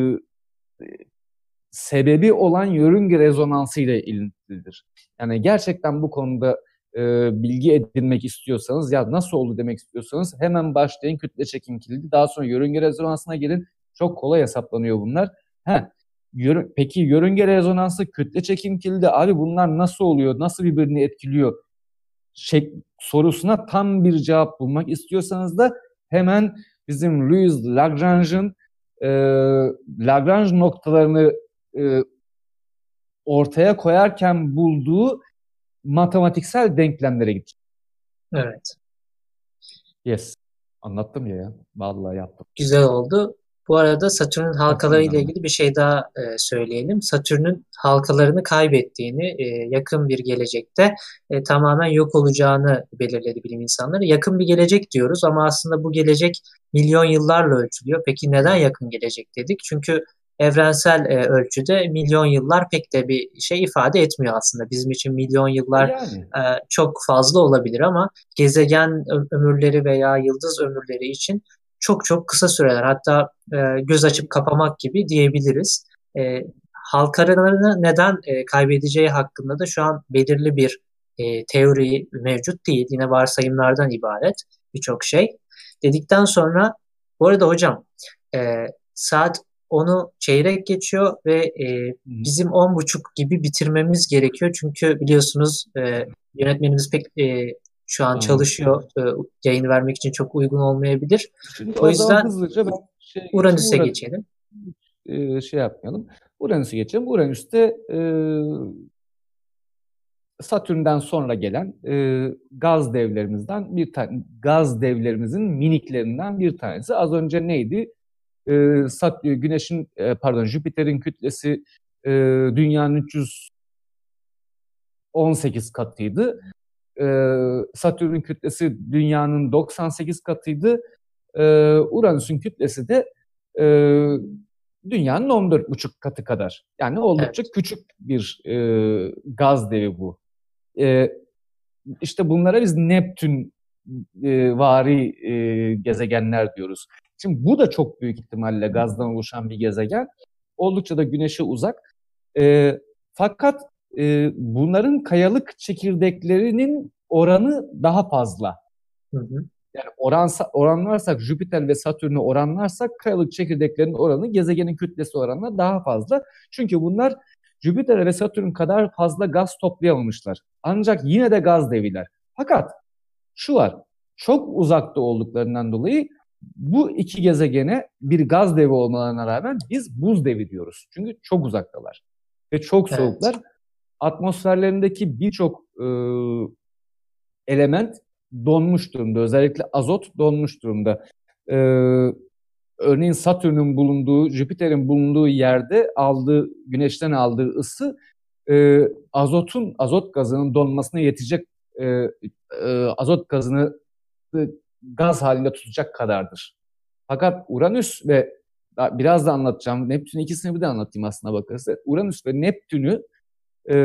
sebebi olan yörünge rezonansı ile ilintilidir. Yani gerçekten bu konuda e, bilgi edinmek istiyorsanız, ya nasıl oldu demek istiyorsanız hemen başlayın kütle çekim kilidi, daha sonra yörünge rezonansına gelin. Çok kolay hesaplanıyor bunlar. Ha, yörü, peki yörünge rezonansı, kütle çekim kilidi, abi bunlar nasıl oluyor, nasıl birbirini etkiliyor Şek sorusuna tam bir cevap bulmak istiyorsanız da hemen bizim Louis Lagrange'ın e, Lagrange noktalarını e, ortaya koyarken bulduğu matematiksel denklemlere gideceğiz. Evet. Yes. Anlattım ya ya. Vallahi yaptım. Güzel oldu. Bu arada Satürn'ün Ha, sen halkaları ile anlat. ilgili bir şey daha e, söyleyelim. Satürn'ün halkalarını kaybettiğini, e, yakın bir gelecekte e, tamamen yok olacağını belirledi bilim insanları. Yakın bir gelecek diyoruz ama aslında bu gelecek milyon yıllarla ölçülüyor. Peki neden yakın gelecek dedik? Çünkü evrensel e, ölçüde milyon yıllar pek de bir şey ifade etmiyor aslında. Bizim için milyon E yıllar yani. e, çok fazla olabilir ama gezegen ö- ömürleri veya yıldız ömürleri için çok çok kısa süreler, hatta e, göz açıp kapamak gibi diyebiliriz. E, halkalarını neden e, kaybedeceği hakkında da şu an belirli bir e, teori mevcut değil. Yine varsayımlardan ibaret birçok şey. Dedikten sonra, bu arada hocam, e, saat onu çeyrek geçiyor ve e, Hı hı. bizim on buçuk gibi bitirmemiz gerekiyor. Çünkü biliyorsunuz e, yönetmenimiz pek e, şu an Tamam. çalışıyor. E, yayın vermek için çok uygun olmayabilir. Şimdi O o zaman yüzden hızlıca ben şeye geçeyim. Uranüs'e Uranüs geçelim. e, şey yapmayalım. Uranüs'e geçelim. Uranüs'te e, Satürn'den sonra gelen e, gaz devlerimizden bir tane, gaz devlerimizin miniklerinden bir tanesi. Az önce neydi? E, Sat, Güneş'in, e, pardon, Jüpiter'in kütlesi e, Dünya'nın üç yüz on sekiz katıydı. E, Satürn'ün kütlesi Dünya'nın doksan sekiz katıydı. E, Uranüs'ün kütlesi de e, Dünya'nın on dört buçuk katı kadar. Yani oldukça Evet, küçük bir e, gaz devi bu. E, İşte bunlara biz Neptün e, vari e, gezegenler diyoruz. Şimdi bu da çok büyük ihtimalle gazdan oluşan bir gezegen. Oldukça da Güneş'e uzak. E, fakat e, bunların kayalık çekirdeklerinin oranı daha fazla. hı hı, Yani oransa, oranlarsak, Jüpiter ve Satürn'ü oranlarsak, kayalık çekirdeklerin oranı gezegenin kütlesi oranına daha fazla. Çünkü bunlar Jüpiter ve Satürn kadar fazla gaz toplayamamışlar. Ancak yine de gaz deviler. Fakat şu var, çok uzakta olduklarından dolayı bu iki gezegene bir gaz devi olmalarına rağmen biz buz devi diyoruz. Çünkü çok uzaktalar ve çok evet, soğuklar. Atmosferlerindeki birçok e, element donmuş durumda. Özellikle azot donmuş durumda. e, örneğin Satürn'ün bulunduğu, Jüpiter'in bulunduğu yerde aldığı, güneşten aldığı ısı e, azotun, azot gazının donmasına yetecek, e, e, azot gazını e, gaz halinde tutacak kadardır. Fakat Uranüs ve biraz da anlatacağım, Neptün ikisini bir de anlatayım aslına bakarsa. Uranüs ve Neptün'ü e,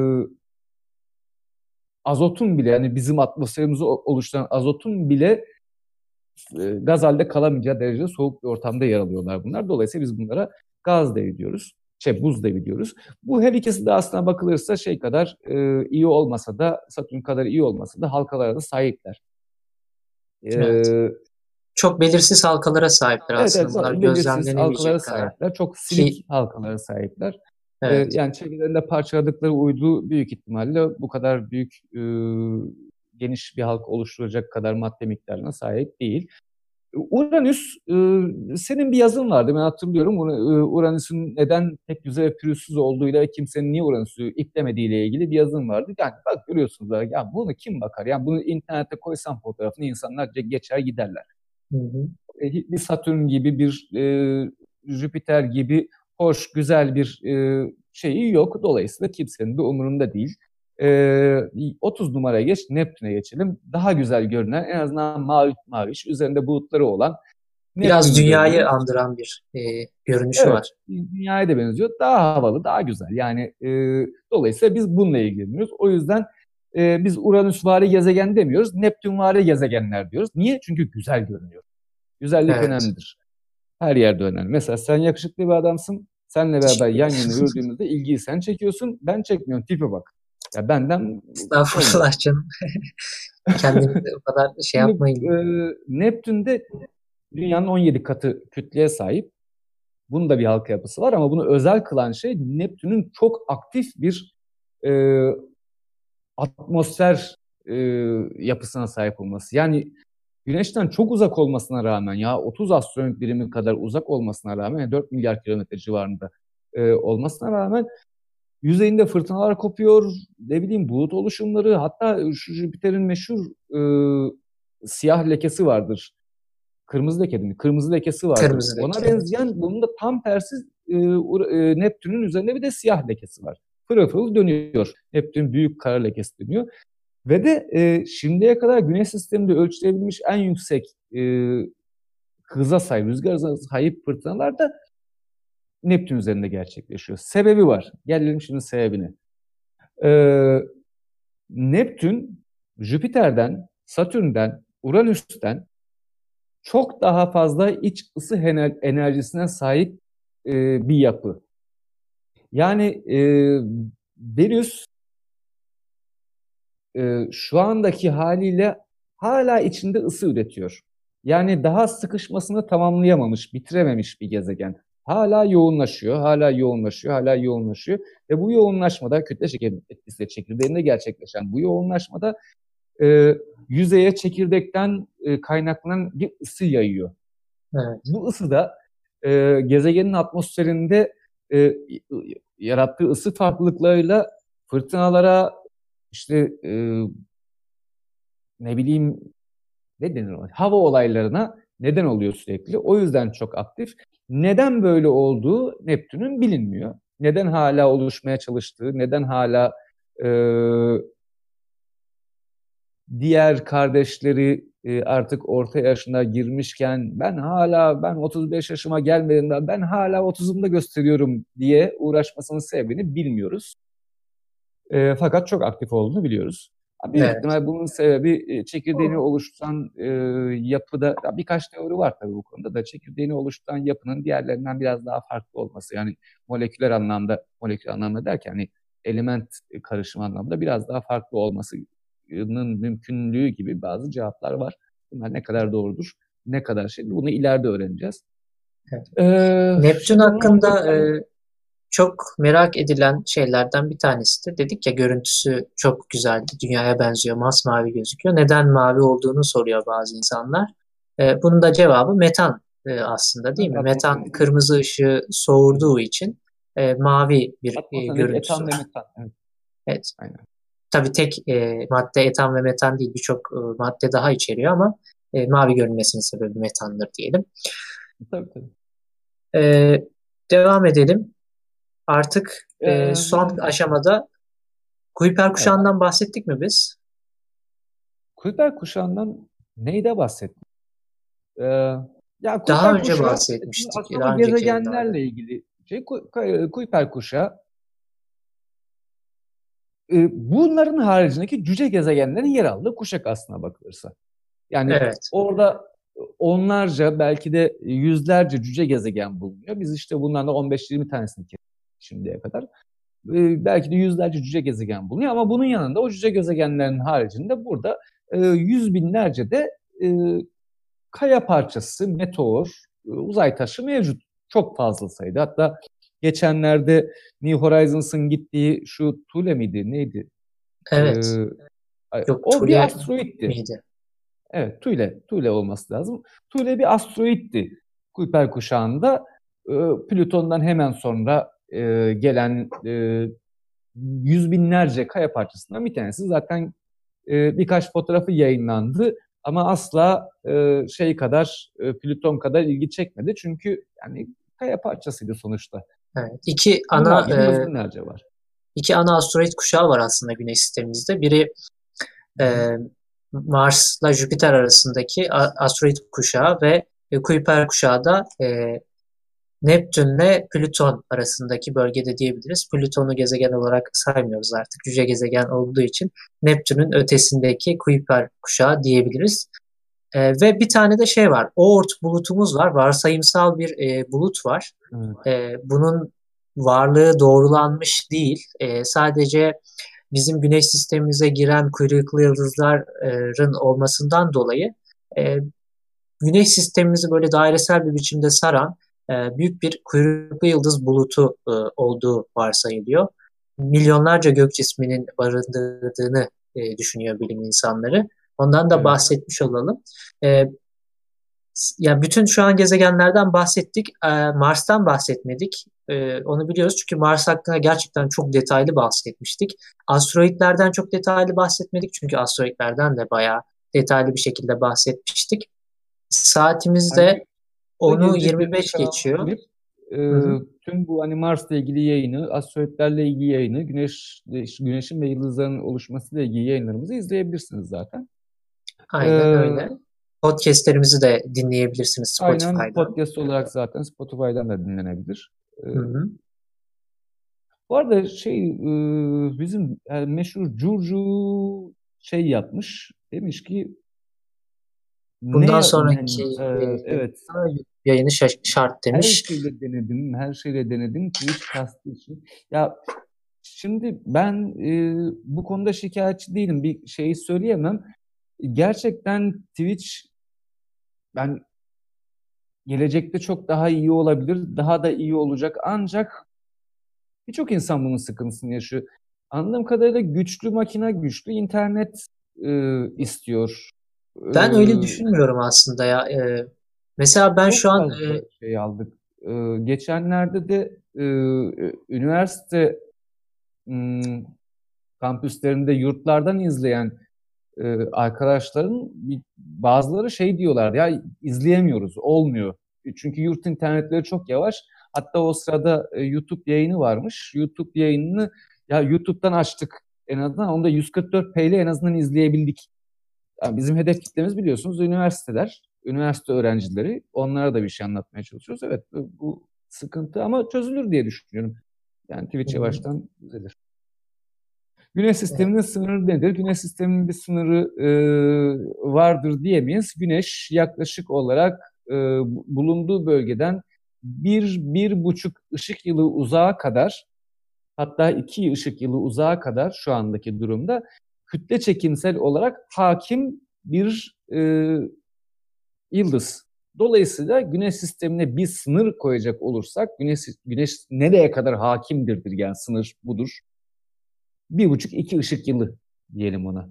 azotun bile, yani bizim atmosferimizi oluşturan azotun bile e, gaz halde kalamayacağı derecede soğuk bir ortamda yer alıyorlar bunlar. Dolayısıyla biz bunlara gaz devi diyoruz. Şey, buz devi diyoruz. Bu her ikisi de aslına bakılırsa şey kadar e, iyi olmasa da, Satürn kadar iyi olmasa da halkalara da sahipler. Evet. E, Çok belirsiz halkalara sahipler evet, aslında. evet, Bunlar belirsiz halkalara gözlemlenemeyecek kadar. sahipler. Çok Ki silik halkalara sahipler. E, evet. yani çevrelerinde parçaladıkları uydu büyük ihtimalle bu kadar büyük e, geniş bir halka oluşturacak kadar madde miktarına sahip değil. Uranüs, e, senin bir yazın vardı, ben hatırlıyorum. Ur- e, Uranüs'ün neden pek güzel ve pürüzsüz olduğuyla, kimsenin niye Uranüs'ü iplemediğiyle ilgili bir yazın vardı. Yani bak, görüyorsunuz da, ya bunu kim bakar? Yani bunu internete koysam fotoğrafını, insanlar geçer giderler. Hı hı. E, bir Satürn gibi, bir e, Jüpiter gibi hoş, güzel bir e, şeyi yok. Dolayısıyla kimsenin de umurunda değil. E, otuz numaraya geç, Neptün'e geçelim. Daha güzel görünen, en azından mavi maviş, üzerinde bulutları olan Biraz Neptün'ü dünyayı görüyoruz. andıran bir e, görünüşü Evet, var. dünyaya da benziyor. Daha havalı, daha güzel. Yani e, dolayısıyla biz bununla ilgileniyoruz. O yüzden e, biz Uranüsvari gezegen demiyoruz, Neptünvari gezegenler diyoruz. Niye? Çünkü güzel görünüyor. Güzellik Evet. önemlidir. Her yerde önemli. Mesela sen yakışıklı bir adamsın. Seninle beraber Teşekkür yan ederim. yana yürüdüğümüzde ilgiyi sen çekiyorsun. Ben çekmiyorum. Tipe bak. Ya benden olmuyor. Estağfurullah canım. Kendinize o kadar şey Şimdi yapmayın. e, Neptün'de dünyanın on yedi katı kütleye sahip. Bunun da bir halka yapısı var ama bunu özel kılan şey Neptün'ün çok aktif bir e, atmosfer e, yapısına sahip olması. Yani Güneş'ten çok uzak olmasına rağmen, ya otuz astronomik birimi kadar uzak olmasına rağmen, yani dört milyar kilometre civarında e, olmasına rağmen yüzeyinde fırtınalar kopuyor, ne bileyim bulut oluşumları, hatta şu Jüpiter'in meşhur e, siyah lekesi vardır. Kırmızı leke değil mi? Kırmızı lekesi vardır. Kırmızı Ona leke. Evet. benzeyen, bunun da tam tersi e, e, Neptün'ün üzerinde bir de siyah lekesi var. Pırıl pırıl dönüyor. Neptün büyük kara lekesi dönüyor. Ve de e, şimdiye kadar Güneş sisteminde ölçülebilmiş en yüksek e, hıza sahip, rüzgar hızına sahip fırtınalar da Neptün üzerinde gerçekleşiyor. Sebebi var. Gelelim şimdi sebebine. E, Neptün, Jüpiter'den, Satürn'den, Uranüs'ten çok daha fazla iç ısı enerjisine sahip e, bir yapı. Yani e, Venüs e, şu andaki haliyle hala içinde ısı üretiyor. Yani daha sıkışmasını tamamlayamamış, bitirememiş bir gezegen. Hala yoğunlaşıyor, hala yoğunlaşıyor, hala yoğunlaşıyor. Ve bu yoğunlaşmada, kütle çekim etkisiyle çekirdeğinde gerçekleşen bu yoğunlaşmada e, yüzeye çekirdekten e, kaynaklanan bir ısı yayıyor. Evet. Bu ısı da e, gezegenin atmosferinde e, yarattığı ısı farklılıklarıyla fırtınalara, işte e, ne bileyim, ne denir ona? Hava olaylarına neden oluyor sürekli. O yüzden çok aktif. Neden böyle olduğu Neptün'ün bilinmiyor. Neden hala oluşmaya çalıştığı, neden hala e, diğer kardeşleri e, artık orta yaşına girmişken, ben hala ben otuz beş yaşıma gelmediğimde ben hala otuzumda gösteriyorum diye uğraşmasının sebebini bilmiyoruz. E, fakat çok aktif olduğunu biliyoruz. Büyük Evet. ihtimal bunun sebebi e, çekirdeğini oluşturan e, yapıda, birkaç teori var tabii bu konuda da, çekirdeğini oluşturan yapının diğerlerinden biraz daha farklı olması. Yani moleküler anlamda, moleküler anlamda derken hani element karışımı anlamda biraz daha farklı olmasının mümkünlüğü gibi bazı cevaplar var. Bunlar ne kadar doğrudur, ne kadar şey, bunu ileride öğreneceğiz. Evet. Ee, Neptün şimdi onun on dört hakkında tane e, çok merak edilen şeylerden bir tanesi de dedik ya, görüntüsü çok güzel, dünyaya benziyor, masmavi gözüküyor. Neden mavi olduğunu soruyor bazı insanlar. E, bunun da cevabı metan e, aslında, değil mi? Metan atmosferindeki, kırmızı ışığı soğurduğu için e, mavi bir e, atmosferindeki görüntüsü etan ve var. metan. Evet, Evet. aynen. Tabii tek e, madde etan ve metan değil, birçok e, madde daha içeriyor ama E, mavi görünmesinin sebebi metandır diyelim. Tabii tabii. E, Devam edelim. Artık e, son Ee, aşamada Kuiper evet. kuşağından bahsettik mi biz? Kuiper kuşağından neyde bahsettim? Ee, ya Daha Kuiper önce kuşağı bahsetmiştik. aslında bu Daha önceki yayınlarda. gezegenlerle ilgili şey. Ku- Kuiper kuşağı e, bunların haricindeki cüce gezegenlerin yer aldığı kuşak aslına bakılırsa. Yani Evet. orada onlarca belki de yüzlerce cüce gezegen bulunuyor. Biz işte bundan da on beş yirmi tanesini kestik şimdiye kadar. Ee, belki de yüzlerce cüce gezegen bulunuyor ama bunun yanında o cüce gezegenlerin haricinde burada e, yüz binlerce de e, kaya parçası, meteor, e, uzay taşı mevcut. Çok fazla sayıda. Hatta geçenlerde New Horizons'ın gittiği şu Thule miydi, neydi? Evet. Ee, Yok, o bir Thule asteroitti. miydi? Evet, Thule, Thule olması lazım. Thule bir asteroitti. Kuiper kuşağında e, Plüton'dan hemen sonra e, gelen e, yüz binlerce kaya parçasından bir tanesi. Zaten e, birkaç fotoğrafı yayınlandı ama asla e, şey kadar, e, Plüton kadar ilgi çekmedi. Çünkü yani kaya parçasıydı sonuçta. Evet. İki Bunun ana haricinde yüz e, binlerce var. iki ana asteroid kuşağı var aslında Güneş sistemimizde. Biri Hı hı. e, Mars'la Jüpiter arasındaki a- asteroid kuşağı ve e, Kuiper kuşağı da e, Neptünle Plüton arasındaki bölgede diyebiliriz. Plüton'u gezegen olarak saymıyoruz artık. Cüce gezegen olduğu için Neptün'ün ötesindeki Kuiper kuşağı diyebiliriz. E, ve bir tane de şey var. Oort bulutumuz var. Varsayımsal bir e, bulut var. Evet. E, bunun varlığı doğrulanmış değil. E, sadece bizim Güneş sistemimize giren kuyruklu yıldızların olmasından dolayı e, Güneş sistemimizi böyle dairesel bir biçimde saran e, büyük bir kuyruklu yıldız bulutu e, olduğu varsayılıyor. Milyonlarca gök cisminin barındırdığını e, düşünüyor bilim insanları. Ondan da Evet. bahsetmiş olalım. E, Ya bütün şu an gezegenlerden bahsettik. E, Mars'tan bahsetmedik. E, onu biliyoruz çünkü Mars hakkında gerçekten çok detaylı bahsetmiştik. Asteroidlerden çok detaylı bahsetmedik çünkü asteroidlerden de bayağı detaylı bir şekilde bahsetmiştik. Hani Saatimizde da onu gelecek bir yirmi beş kuşağa geçiyor. girip e, Hı hı. tüm bu hani Mars'la ilgili yayını, asteroidlerle ilgili yayını, Güneş, Güneş'in ve yıldızların oluşmasıyla ilgili yayınlarımızı izleyebilirsiniz zaten. E, Aynen öyle. Podcastlerimizi de dinleyebilirsiniz aynen Spotify'dan. podcast olarak zaten Spotify'dan da dinlenebilir. E, Hı hı. bu arada şey e, bizim yani meşhur Curcu şey yapmış. Demiş ki ne Bundan ya- sonraki yani, e, evet. yayını, yayını şaş- şart Her demiş. şeyle denedim, her şeyle denedim Twitch kastı için. Ya şimdi ben e, bu konuda şikayetçi değilim. Bir şeyi söyleyemem. Gerçekten Twitch ben gelecekte çok daha iyi olabilir, daha da iyi olacak. Ancak birçok insan bunun sıkıntısını yaşıyor. Anladığım kadarıyla güçlü makine, güçlü internet e, istiyor. E, Ben öyle düşünmüyorum aslında ya. Ee, mesela ben şu çok an fazla e, şey aldık. E, geçenlerde de e, üniversite hmm, kampüslerinde yurtlardan izleyen e, arkadaşların bir- bazıları şey diyorlar ya izleyemiyoruz, olmuyor. Çünkü yurt internetleri çok yavaş. Hatta o sırada e, YouTube yayını varmış. YouTube yayınını ya YouTube'dan açtık en azından. Onda yüz kırk dört p ile en azından izleyebildik. Yani bizim hedef kitlemiz biliyorsunuz üniversiteler, üniversite öğrencileri. Onlara da bir şey anlatmaya çalışıyoruz. Evet bu, bu sıkıntı ama çözülür diye düşünüyorum. Yani Hı Twitch hı. yavaştan düzelir. Güneş Evet. sisteminin sınırı nedir? Güneş sisteminin bir sınırı e, vardır diyemeyiz. Güneş yaklaşık olarak e, bulunduğu bölgeden bir, bir buçuk ışık yılı uzağa kadar, hatta iki ışık yılı uzağa kadar şu andaki durumda kütle çekimsel olarak hakim bir e, yıldız. Dolayısıyla Güneş sistemine bir sınır koyacak olursak, Güneş, Güneş nereye kadar hakimdirdir yani sınır budur. Bir buçuk iki ışık yılı diyelim ona.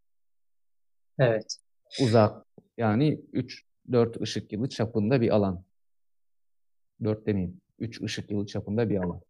Evet. Uzak yani üç dört ışık yılı çapında bir alan. dört demeyeyim. üç ışık yılı çapında bir alan.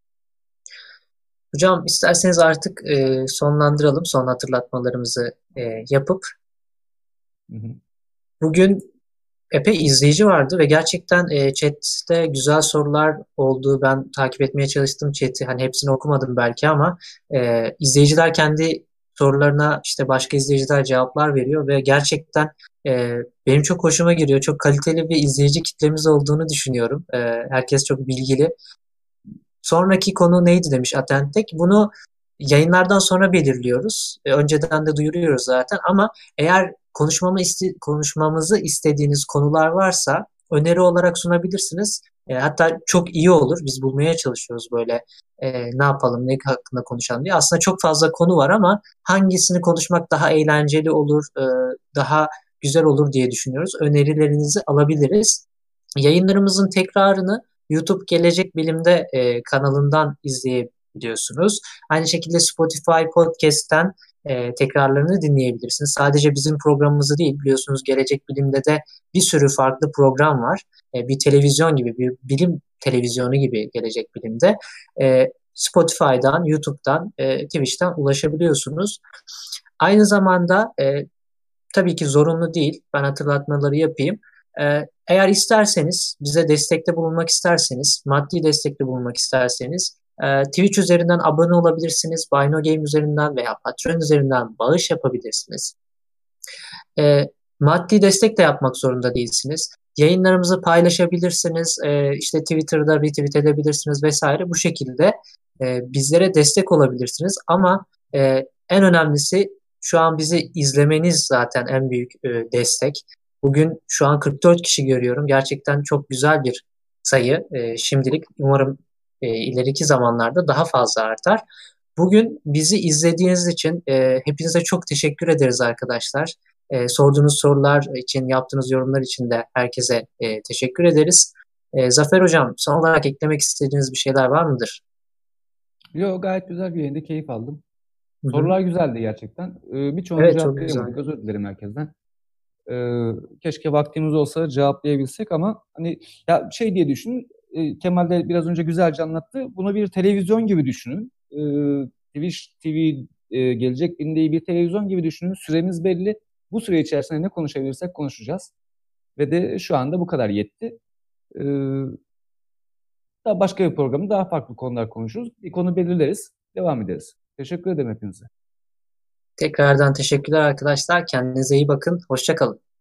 Hocam isterseniz artık e, sonlandıralım. Son hatırlatmalarımızı e, yapıp Hı hı. Bugün epey izleyici vardı ve gerçekten e, chatte güzel sorular oldu. Ben takip etmeye çalıştım chat'i. Hani hepsini okumadım belki ama e, izleyiciler kendi sorularına işte başka izleyiciler cevaplar veriyor ve gerçekten e, benim çok hoşuma gidiyor. Çok kaliteli bir izleyici kitlemiz olduğunu düşünüyorum. E, herkes çok bilgili. Sonraki konu neydi demiş Atentek. Bunu yayınlardan sonra belirliyoruz. E, önceden de duyuruyoruz zaten ama eğer konuşmamı iste- konuşmamızı istediğiniz konular varsa öneri olarak sunabilirsiniz. E, hatta çok iyi olur. Biz bulmaya çalışıyoruz böyle e, ne yapalım, ne hakkında konuşalım diye. Aslında çok fazla konu var ama hangisini konuşmak daha eğlenceli olur, e, daha güzel olur diye düşünüyoruz. Önerilerinizi alabiliriz. Yayınlarımızın tekrarını YouTube Gelecek Bilim'de e, kanalından izleyebiliyorsunuz. Aynı şekilde Spotify Podcast'ten e, tekrarlarını dinleyebilirsiniz. Sadece bizim programımızı değil, biliyorsunuz Gelecek Bilim'de de bir sürü farklı program var. E, bir televizyon gibi, bir bilim televizyonu gibi Gelecek Bilim'de. E, Spotify'dan, YouTube'dan, e, Twitch'ten ulaşabiliyorsunuz. Aynı zamanda e, tabii ki zorunlu değil. Ben hatırlatmaları yapayım. Ee, eğer isterseniz, bize destekte bulunmak isterseniz, maddi destekte bulunmak isterseniz e, Twitch üzerinden abone olabilirsiniz. Buy No Game üzerinden veya Patreon üzerinden bağış yapabilirsiniz. E, Maddi destek de yapmak zorunda değilsiniz. Yayınlarımızı paylaşabilirsiniz. E, işte Twitter'da retweet edebilirsiniz vesaire. Bu şekilde e, bizlere destek olabilirsiniz. Ama e, en önemlisi şu an bizi izlemeniz zaten en büyük e, destek. Bugün şu an kırk dört kişi görüyorum. Gerçekten çok güzel bir sayı. E, şimdilik umarım e, ileriki zamanlarda daha fazla artar. Bugün bizi izlediğiniz için e, hepinize çok teşekkür ederiz arkadaşlar. E, sorduğunuz sorular için, yaptığınız yorumlar için de herkese e, teşekkür ederiz. E, Zafer Hocam, son olarak eklemek istediğiniz bir şeyler var mıdır? Yo, gayet güzel bir yayında, keyif aldım. Hı hı. Sorular güzeldi gerçekten. Ee, birçoğunu Evet, çok güzel. cevaplayamadık. Özür dilerim herkesten. Ee, Keşke vaktimiz olsa cevaplayabilsek ama hani ya şey diye düşünün. e, Kemal de biraz önce güzelce anlattı. Bunu bir televizyon gibi düşünün. Ee, Twitch T V e, gelecek bildiği bir televizyon gibi düşünün. Süremiz belli. Bu süre içerisinde ne konuşabilirsek konuşacağız. Ve de şu anda bu kadar yetti. Ee, Daha başka bir programda daha farklı konular konuşuruz. Bir konu belirleriz. Devam ederiz. Teşekkür ederim hepinize. Tekrardan teşekkürler arkadaşlar. Kendinize iyi bakın. Hoşça kalın.